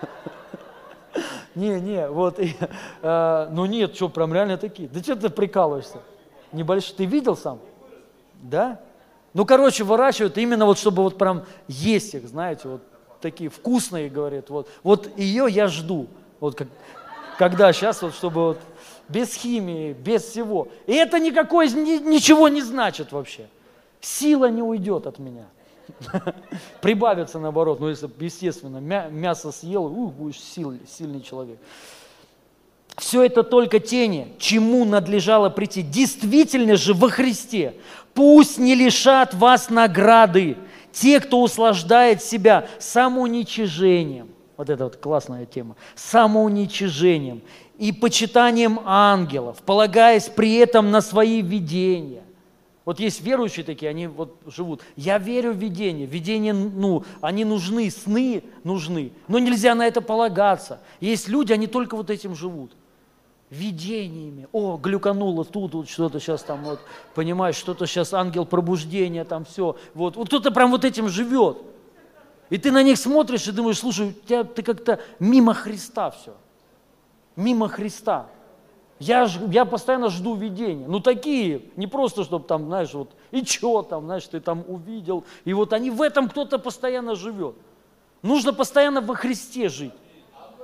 Speaker 1: Не, не, вот. И, э, ну нет, что, прям реально такие. Да что ты прикалываешься? Небольшой. Ты видел сам? Да? Ну, короче, выращивают именно вот, чтобы вот прям есть их, знаете, вот такие вкусные, говорят. Вот, вот ее я жду. Вот как, когда сейчас, вот, чтобы вот без химии, без всего. И это никакой, ни, ничего не значит вообще. Сила не уйдет от меня. Прибавится наоборот, ну если, естественно, мя- мясо съел, ух, будешь сильный, сильный человек. Все это только тени, чему надлежало прийти. Действительно же во Христе. Пусть не лишат вас награды те, кто услаждает себя самоуничижением. Вот это вот классная тема. Самоуничижением и почитанием ангелов, полагаясь при этом на свои видения. Вот есть верующие такие, они вот живут. Я верю в видение. Видения, ну, они нужны, сны нужны. Но нельзя на это полагаться. Есть люди, они только вот этим живут. Видениями. О, глюкануло тут, вот что-то сейчас там, вот, понимаешь, что-то сейчас ангел пробуждения, там все. Вот, вот кто-то прям вот этим живет. И ты на них смотришь и думаешь, слушай, у тебя, ты как-то мимо Христа все. Мимо Христа. Я, я постоянно жду видения. Ну такие, не просто, чтобы там, знаешь, вот, и что там, знаешь, ты там увидел. И вот они в этом кто-то постоянно живет. Нужно постоянно во Христе жить.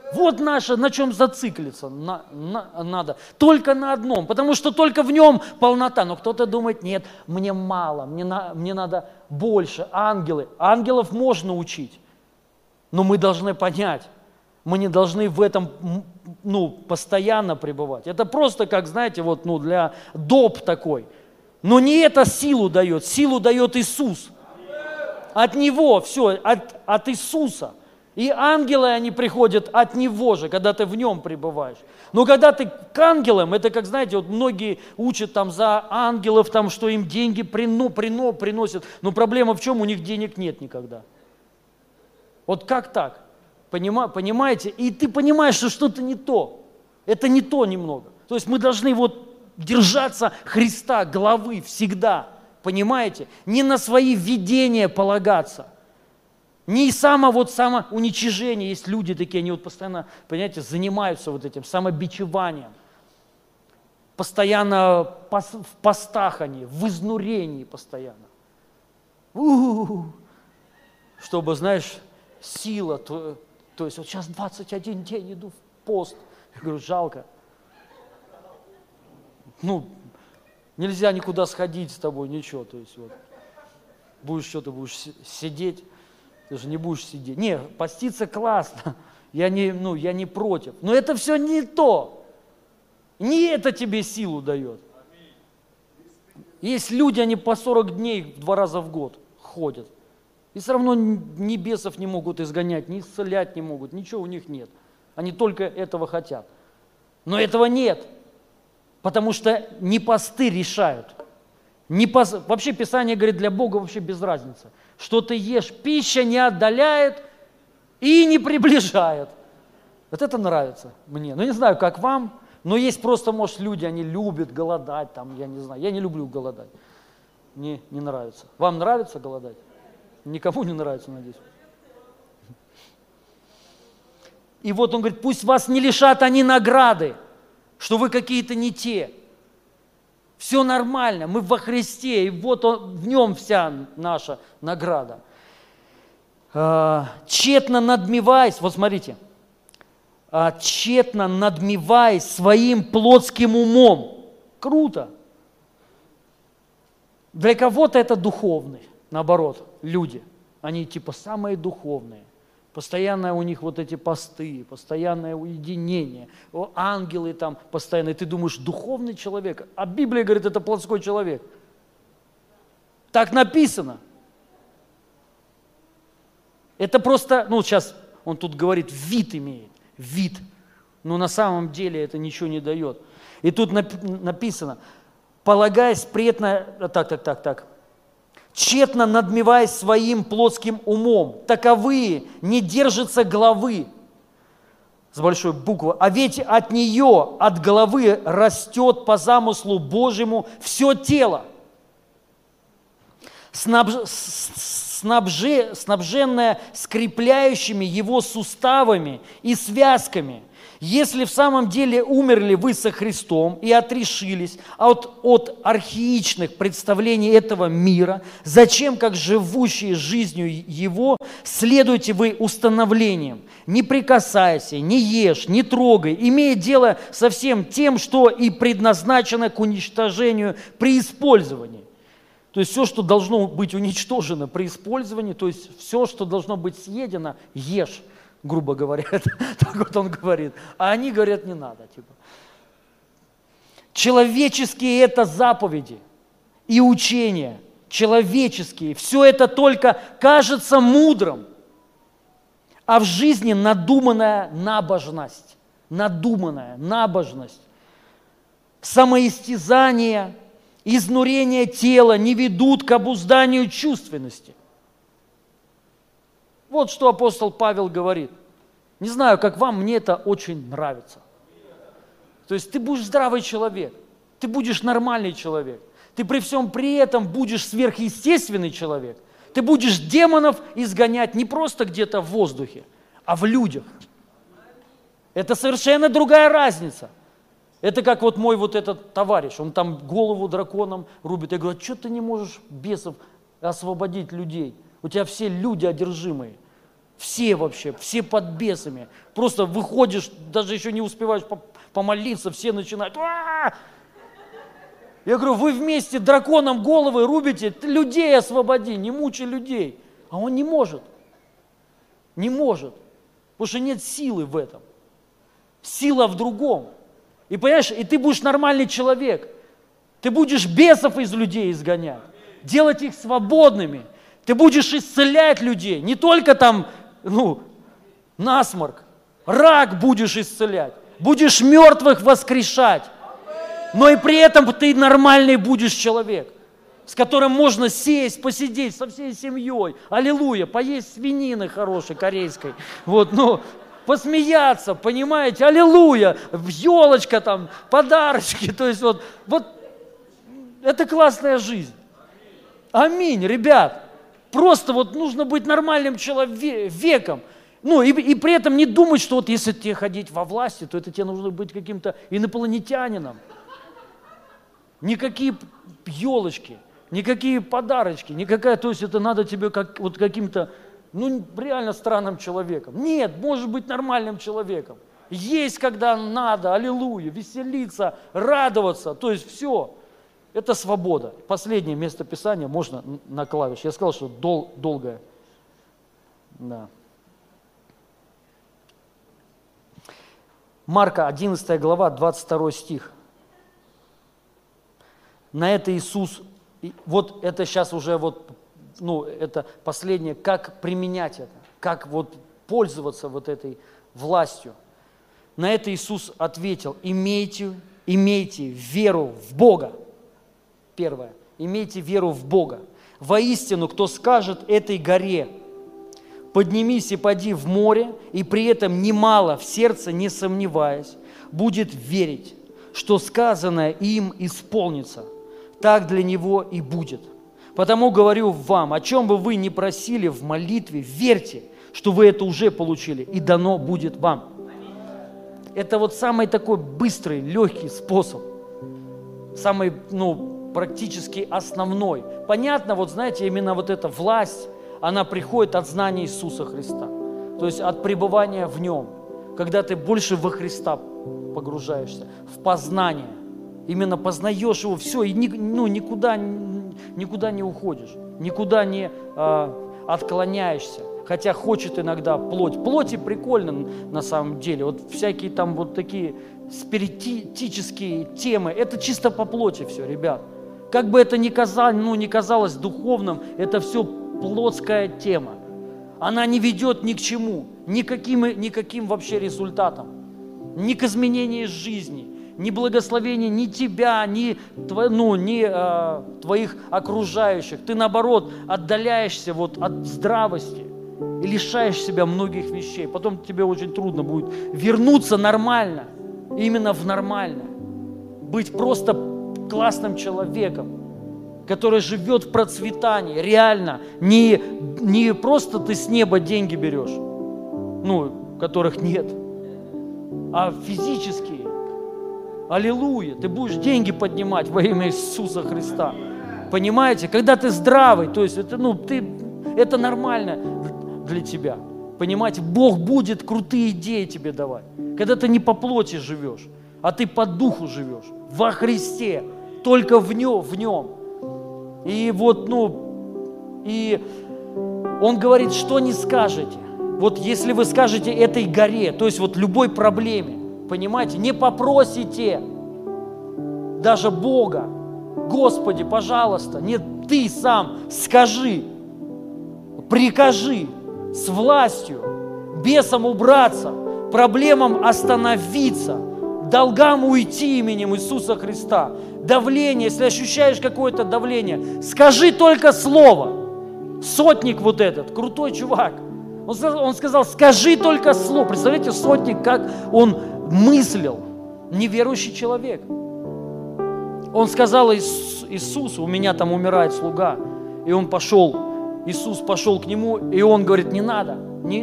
Speaker 1: Вот наше, на чем зациклиться на, на, надо. Только на одном, потому что только в нем полнота. Но кто-то думает, нет, мне мало, мне, на, мне надо больше. Ангелы, ангелов можно учить, но мы должны понять, мы не должны в этом ну, постоянно пребывать. Это просто, как, знаете, вот, ну, для доп такой. Но не это силу дает, силу дает Иисус. От Него все, от, от Иисуса. И ангелы, они приходят от Него же, когда ты в Нем пребываешь. Но когда ты к ангелам, это как, знаете, вот многие учат там за ангелов, там, что им деньги прино, прино, приносят. Но проблема в чем? У них денег нет никогда. Вот как так? Понима, понимаете? И ты понимаешь, что что-то не то. Это не то немного. То есть мы должны вот держаться Христа, главы всегда. Понимаете? Не на свои видения полагаться. Не само вот самоуничижение. Есть люди такие, они вот постоянно, понимаете, занимаются вот этим самобичеванием. Постоянно в постах они, в изнурении постоянно. У-у-у. Чтобы, знаешь, сила, то, то есть вот сейчас двадцать один день иду в пост. Я говорю, жалко. Ну, нельзя никуда сходить с тобой, ничего. То есть вот будешь что-то, будешь сидеть. Ты же не будешь сидеть. Не, поститься классно, я не, ну, я не против. Но это все не то. Не это тебе силу дает. Есть люди, они по сорок дней два раза в год ходят. И все равно ни бесов не могут изгонять, ни исцелять не могут, ничего у них нет. Они только этого хотят. Но этого нет, потому что не посты решают. Не пос... Вообще Писание говорит, для Бога вообще без разницы. Что ты ешь, пища не отдаляет и не приближает. Вот это нравится мне. Ну, не знаю, как вам, но есть просто, может, люди, они любят голодать, там, я не знаю. Я не люблю голодать. Мне не нравится. Вам нравится голодать? Никому не нравится, надеюсь. И вот он говорит, пусть вас не лишат они награды, что вы какие-то не те. Все нормально, мы во Христе, и вот он, в нем вся наша награда. А, тщетно надмеваясь, вот смотрите, а, тщетно надмеваясь своим плотским умом. Круто. Для кого-то это духовный, наоборот, люди. Они типа самые духовные. Постоянно у них вот эти посты, постоянное уединение, ангелы там постоянно. И ты думаешь, духовный человек. А Библия говорит, это плотской человек. Так написано. Это просто, ну сейчас он тут говорит, вид имеет, вид. Но на самом деле это ничего не дает. И тут написано, полагаясь предно, так, так, так, так. Тщетно надмеваясь своим плотским умом, таковые не держатся главы, с большой буквы, а ведь от нее, от головы растет по замыслу Божьему все тело, снабж... снабже... снабженное скрепляющими его суставами и связками. Если в самом деле умерли вы со Христом и отрешились от, от архаичных представлений этого мира, зачем, как живущие жизнью Его, следуете вы установлениям? Не прикасайся, не ешь, не трогай, имея дело со всем тем, что и предназначено к уничтожению при использовании. То есть все, что должно быть уничтожено при использовании, то есть все, что должно быть съедено, ешь. Грубо говоря, так вот он говорит. А они говорят, не надо. Типа. Человеческие это заповеди и учения. Человеческие. Все это только кажется мудрым. А в жизни надуманная набожность. Надуманная набожность. Самоистязание, изнурение тела не ведут к обузданию чувственности. Вот что апостол Павел говорит. Не знаю, как вам, мне это очень нравится. То есть ты будешь здравый человек, ты будешь нормальный человек, ты при всем при этом будешь сверхъестественный человек, ты будешь демонов изгонять не просто где-то в воздухе, а в людях. Это совершенно другая разница. Это как вот мой вот этот товарищ, он там голову драконом рубит. Я говорю, а что ты не можешь бесов освободить людей? У тебя все люди одержимые. Все вообще, все под бесами. Просто выходишь, даже еще не успеваешь помолиться, все начинают. А-а-а! Я говорю, вы вместе драконом головы рубите, людей освободи, не мучай людей. А он не может. Не может. Потому что нет силы в этом. Сила в другом. И понимаешь, и ты будешь нормальный человек. Ты будешь бесов из людей изгонять, делать их свободными. Ты будешь исцелять людей, не только там, ну, насморк, рак будешь исцелять, будешь мертвых воскрешать, но и при этом ты нормальный будешь человек, с которым можно сесть, посидеть со всей семьей, аллилуйя, поесть свинины хорошей, корейской, вот, ну, посмеяться, понимаете, аллилуйя, елочка там, подарочки, то есть вот, вот это классная жизнь. Аминь, ребят. Просто вот нужно быть нормальным человеком. Ну и, и при этом не думать, что вот если тебе ходить во власти, то это тебе нужно быть каким-то инопланетянином. Никакие елочки, никакие подарочки, никакая, то есть это надо тебе как, вот каким-то, ну реально странным человеком. Нет, можешь быть нормальным человеком. Есть, когда надо, аллилуйя, веселиться, радоваться, то есть все. Это свобода. Последнее место Писания можно на клавиш. Я сказал, что дол, долгое. Да. Марка, одиннадцатая глава, двадцать второй стих. На это Иисус, вот это сейчас уже вот, ну, это последнее, как применять это, как вот пользоваться вот этой властью. На это Иисус ответил, имейте, имейте веру в Бога. Первое. Имейте веру в Бога. Воистину, кто скажет этой горе, поднимись и поди в море, и при этом немало в сердце, не сомневаясь, будет верить, что сказанное им исполнится. Так для него и будет. Потому говорю вам, о чем бы вы ни просили в молитве, верьте, что вы это уже получили, и дано будет вам. Это вот самый такой быстрый, легкий способ. Самый, ну, практически основной. Понятно, вот знаете, именно вот эта власть, она приходит от знания Иисуса Христа. То есть от пребывания в Нем. Когда ты больше во Христа погружаешься, в познание. Именно познаешь Его, все, и ни, ну, никуда, никуда не уходишь, никуда не э, отклоняешься. Хотя хочет иногда плоть. Плоти прикольно на самом деле. Вот всякие там вот такие спиритические темы, это чисто по плоти все, ребят. Как бы это ни казалось, ну, ни казалось духовным, это все плотская тема. Она не ведет ни к чему, никаким, никаким вообще результатам, ни к изменению жизни, ни благословения ни тебя, ни, ну, ни э, твоих окружающих. Ты, наоборот, отдаляешься вот от здравости и лишаешь себя многих вещей. Потом тебе очень трудно будет вернуться нормально, именно в нормальное. Быть просто классным человеком, который живет в процветании, реально. Не, не просто ты с неба деньги берешь, ну, которых нет, а физические. Аллилуйя, ты будешь деньги поднимать во имя Иисуса Христа. Понимаете? Когда ты здравый, то есть это, ну, ты, это нормально для тебя. Понимаете? Бог будет крутые идеи тебе давать. Когда ты не по плоти живешь, а ты по духу живешь. Во Христе. Только в нем, в нем. И вот, ну, и он говорит, что не скажете. Вот если вы скажете этой горе, то есть вот любой проблеме, понимаете, не попросите даже Бога, Господи, пожалуйста, нет, ты сам скажи, прикажи с властью, бесам убраться, проблемам остановиться, долгам уйти именем Иисуса Христа. Давление, если ощущаешь какое-то давление, скажи только слово. Сотник вот этот, крутой чувак, он сказал, он сказал, скажи только слово. Представляете, сотник, как он мыслил, неверующий человек. Он сказал Иисусу, у меня там умирает слуга, и он пошел, Иисус пошел к нему, и он говорит, не надо, не,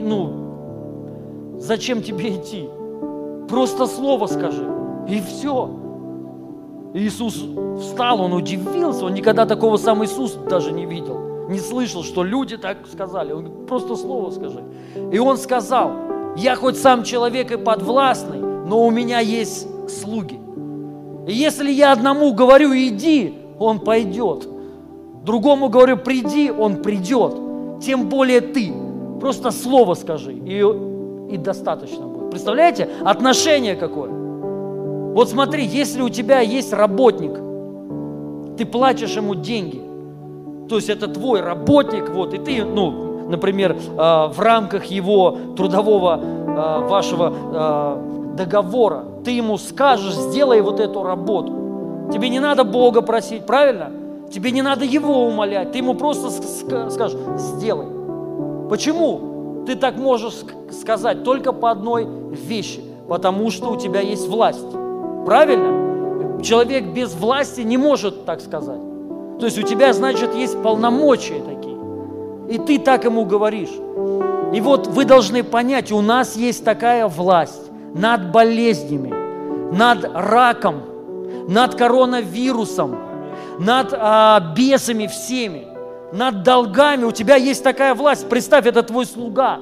Speaker 1: ну, зачем тебе идти? Просто слово скажи, и все. Иисус встал, он удивился, он никогда такого сам Иисус даже не видел. не слышал, что люди так сказали. Он говорит, просто слово скажи. И он сказал, я хоть сам человек и подвластный, но у меня есть слуги. И если я одному говорю, иди, он пойдет. Другому говорю, приди, он придет. Тем более ты. Просто слово скажи, и, и достаточно будет. Представляете, отношение какое? Вот смотри, если у тебя есть работник, ты платишь ему деньги, то есть это твой работник, вот, и ты, ну, например, в рамках его трудового вашего договора, ты ему скажешь, сделай вот эту работу. Тебе не надо Бога просить, правильно? Тебе не надо его умолять, ты ему просто скажешь, сделай. Почему ты так можешь сказать? Только по одной вещи, потому что у тебя есть власть. Правильно? Человек без власти не может так сказать. То есть у тебя, значит, есть полномочия такие. И ты так ему говоришь. И вот вы должны понять, у нас есть такая власть над болезнями, над раком, над коронавирусом, над а, бесами всеми, над долгами. У тебя есть такая власть. Представь, это твой слуга.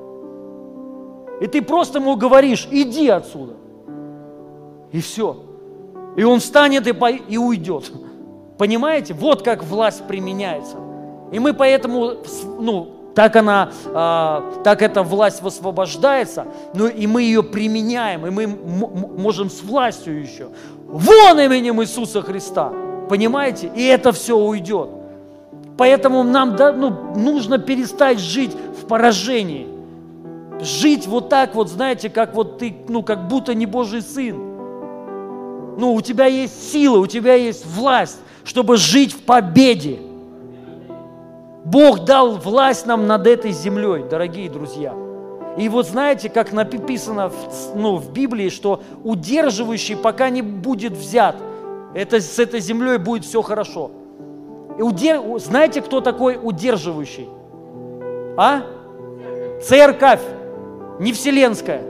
Speaker 1: И ты просто ему говоришь, иди отсюда. И все. И он встанет и, по... и уйдет. Понимаете? Вот как власть применяется. И мы поэтому, ну, так она, а, так эта власть высвобождается, ну и мы ее применяем, и мы м- можем с властью еще. Вон именем Иисуса Христа. Понимаете? И это все уйдет. Поэтому нам да, ну, нужно перестать жить в поражении. Жить вот так вот, знаете, как вот ты, ну, как будто не Божий сын. Ну, у тебя есть сила, у тебя есть власть, чтобы жить в победе. Бог дал власть нам над этой землей, дорогие друзья. И вот знаете, как написано в, ну, в Библии, что удерживающий, пока не будет взят, это, с этой землей будет все хорошо. И удер... Знаете, кто такой удерживающий? А? Церковь, не вселенская.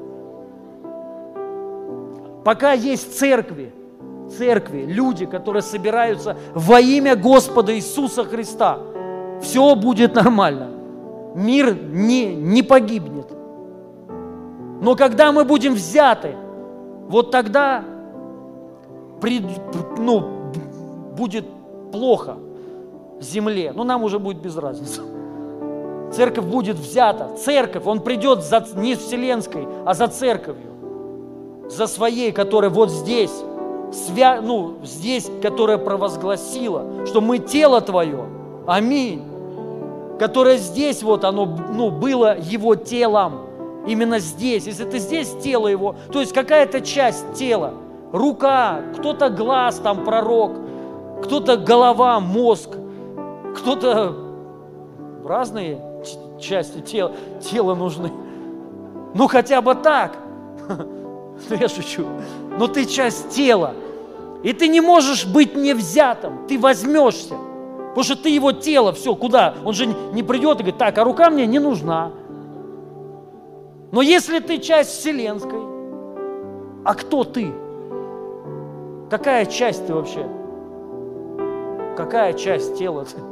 Speaker 1: Пока есть церкви, церкви, люди, которые собираются во имя Господа Иисуса Христа, все будет нормально. Мир не, не погибнет. Но когда мы будем взяты, вот тогда при, ну, будет плохо земле. Но нам уже будет без разницы. Церковь будет взята. Церковь, он придет за, не вселенской, а за церковью. За своей, которая вот здесь, свя, ну, здесь, которая провозгласила, что мы тело твое. Аминь. Которое здесь, вот оно, ну, было его телом. Именно здесь. Если ты здесь, тело его, то есть какая-то часть тела, рука, кто-то глаз, там, пророк, кто-то голова, мозг, кто-то разные части тела, тела нужны. Ну, хотя бы так. Ну, я шучу. Но ты часть тела. И ты не можешь быть невзятым. Ты возьмешься. Потому что ты его тело, все, куда? Он же не придет и говорит, так, а рука мне не нужна. Но если ты часть вселенской, а кто ты? Какая часть ты вообще? Какая часть тела ты?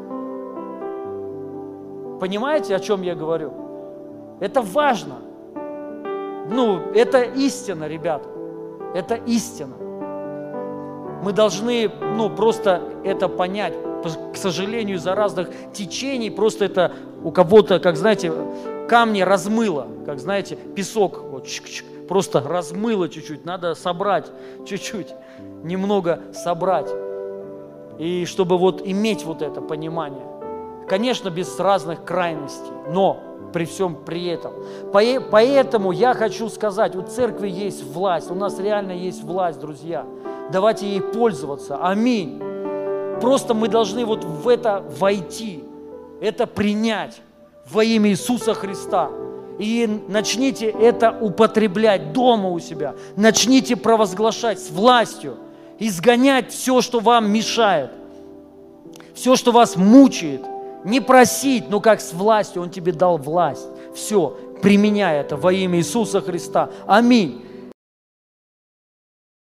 Speaker 1: Понимаете, о чем я говорю? Это важно. Ну, это истина, ребята. Это истина. Мы должны, ну, просто это понять. К сожалению, из-за разных течений просто это у кого-то, как знаете, камни размыло, как знаете, песок вот, чик-чик, просто размыло чуть-чуть. Надо собрать чуть-чуть, немного собрать. И чтобы вот иметь вот это понимание. Конечно, без разных крайностей, но при всем при этом. Поэтому я хочу сказать, у церкви есть власть, у нас реально есть власть, друзья. Давайте ей пользоваться. Аминь. Просто мы должны вот в это войти, это принять во имя Иисуса Христа. И начните это употреблять дома у себя. Начните провозглашать с властью, изгонять все, что вам мешает, все, что вас мучает. Не просить, но как с властью, Он тебе дал власть. Все, применяй это во имя Иисуса Христа. Аминь.